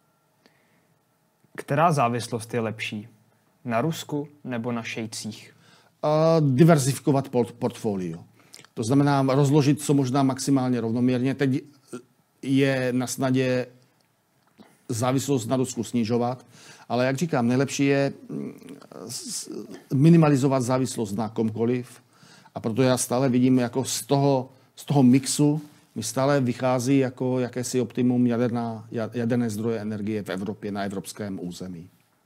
Která závislost je lepší? Na Rusku nebo na šejcích? Uh, diverzifikovat port- portfolio. To znamená rozložit co možná maximálně rovnoměrně. Teď je na snadě závislost na Rusku snižovat, ale jak říkám, nejlepší je minimalizovat závislost na komkoliv. A proto já stále vidím, jako z toho, z toho mixu mi stále vychází jako jakési optimum jaderná, jaderné zdroje energie v Evropě, na evropském území.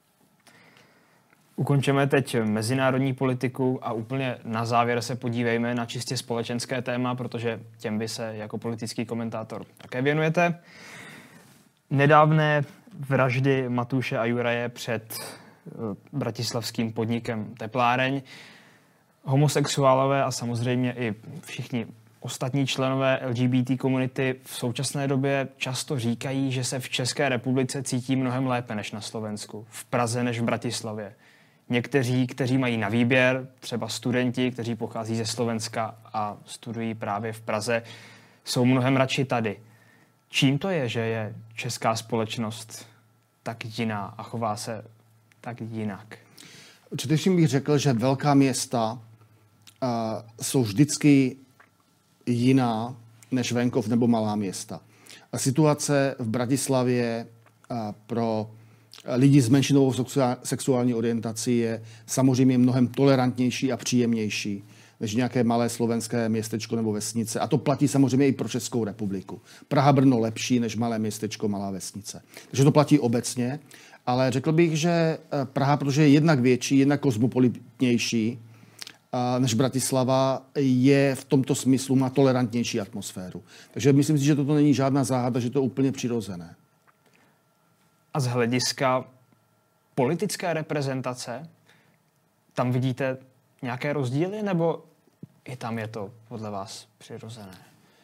Ukončíme teď mezinárodní politiku a úplně na závěr se podívejme na čistě společenské téma, protože těm vy se jako politický komentátor také věnujete. Nedávné vraždy Matuše a Juraje před bratislavským podnikem Tepláreň. Homosexuálové a samozřejmě i všichni ostatní členové L G B T komunity v současné době často říkají, že se v České republice cítí mnohem lépe než na Slovensku, v Praze než v Bratislavě. Někteří, kteří mají na výběr, třeba studenti, kteří pochází ze Slovenska a studují právě v Praze, jsou mnohem radši tady. Čím to je, že je česká společnost tak jiná a chová se tak jinak? Především bych řekl, že velká města uh, jsou vždycky jiná než venkov nebo malá města. A situace v Bratislavě uh, pro lidi s menšinovou sexuální orientací je samozřejmě mnohem tolerantnější a příjemnější než nějaké malé slovenské městečko nebo vesnice. A to platí samozřejmě i pro Českou republiku. Praha, Brno lepší než malé městečko, malá vesnice. Takže to platí obecně, ale řekl bych, že Praha, protože je jednak větší, jednak kozmopolitnější než Bratislava, je v tomto smyslu má tolerantnější atmosféru. Takže myslím si, že toto není žádná záhada, že to je úplně přirozené. A z hlediska politické reprezentace, tam vidíte nějaké rozdíly, nebo i tam je to podle vás přirozené?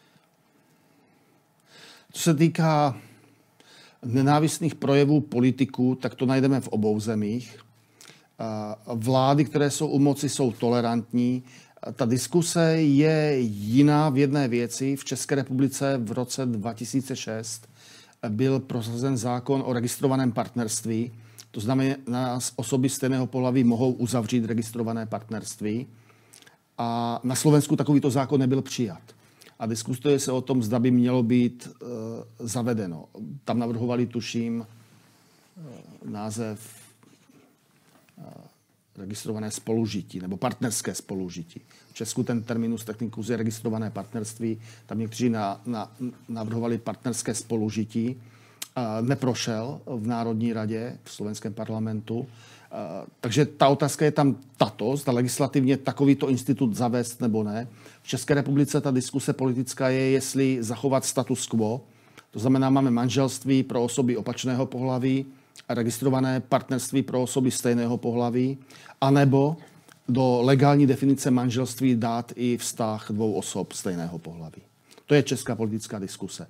Co se týká nenávistných projevů politiků, tak to najdeme v obou zemích. Vlády, které jsou u moci, jsou tolerantní. Ta diskuse je jiná v jedné věci. V České republice v roce dva tisíce šest byl prosazen zákon o registrovaném partnerství. To znamená, osoby stejného pohlaví mohou uzavřít registrované partnerství. A na Slovensku takovýto zákon nebyl přijat. A diskutuje se o tom, zda by mělo být e, zavedeno. Tam navrhovali, tuším, e, název e, registrované spolužití nebo partnerské spolužití. V Česku ten terminus technicus je registrované partnerství. Tam někteří na, na, navrhovali partnerské spolužití. E, neprošel v Národní radě, v slovenském parlamentu. E, takže ta otázka je tam tato, zda legislativně takovýto institut zavést nebo ne. V České republice ta diskuse politická je, jestli zachovat status quo. To znamená, máme manželství pro osoby opačného pohlaví, registrované partnerství pro osoby stejného pohlaví, anebo do legální definice manželství dát i vztah dvou osob stejného pohlaví. To je česká politická diskuse.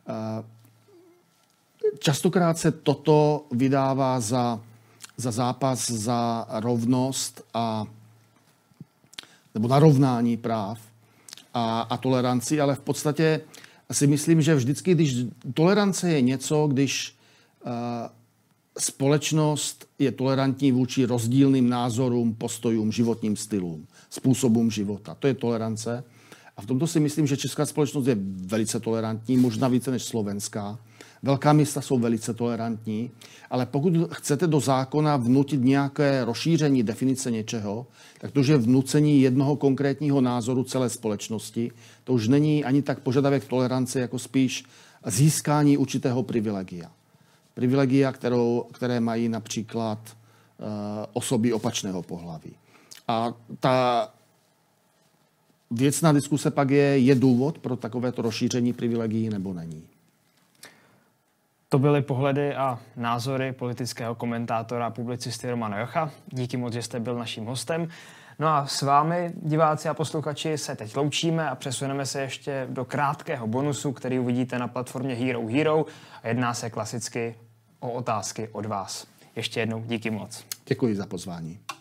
Častokrát se toto vydává za, za zápas za rovnost a nebo narovnání práv a, a toleranci, ale v podstatě si myslím, že vždycky, když tolerance je něco, když uh, společnost je tolerantní vůči rozdílným názorům, postojům, životním stylům, způsobům života. To je tolerance. A v tomto si myslím, že česká společnost je velice tolerantní, možná více než slovenská. Velká města jsou velice tolerantní, ale pokud chcete do zákona vnutit nějaké rozšíření definice něčeho, tak to, že vnucení jednoho konkrétního názoru celé společnosti, to už není ani tak požadavek tolerance, jako spíš získání určitého privilegia. Privilegia, kterou, které mají například uh, osoby opačného pohlaví. A ta věcná diskuse pak je, je důvod pro takovéto rozšíření privilegií nebo není. To byly pohledy a názory politického komentátora a publicisty Romana Jocha. Díky moc, že jste byl naším hostem. No a s vámi, diváci a posluchači, se teď loučíme a přesuneme se ještě do krátkého bonusu, který uvidíte na platformě Hero Hero. A jedná se klasicky o otázky od vás. Ještě jednou díky moc. Děkuji za pozvání.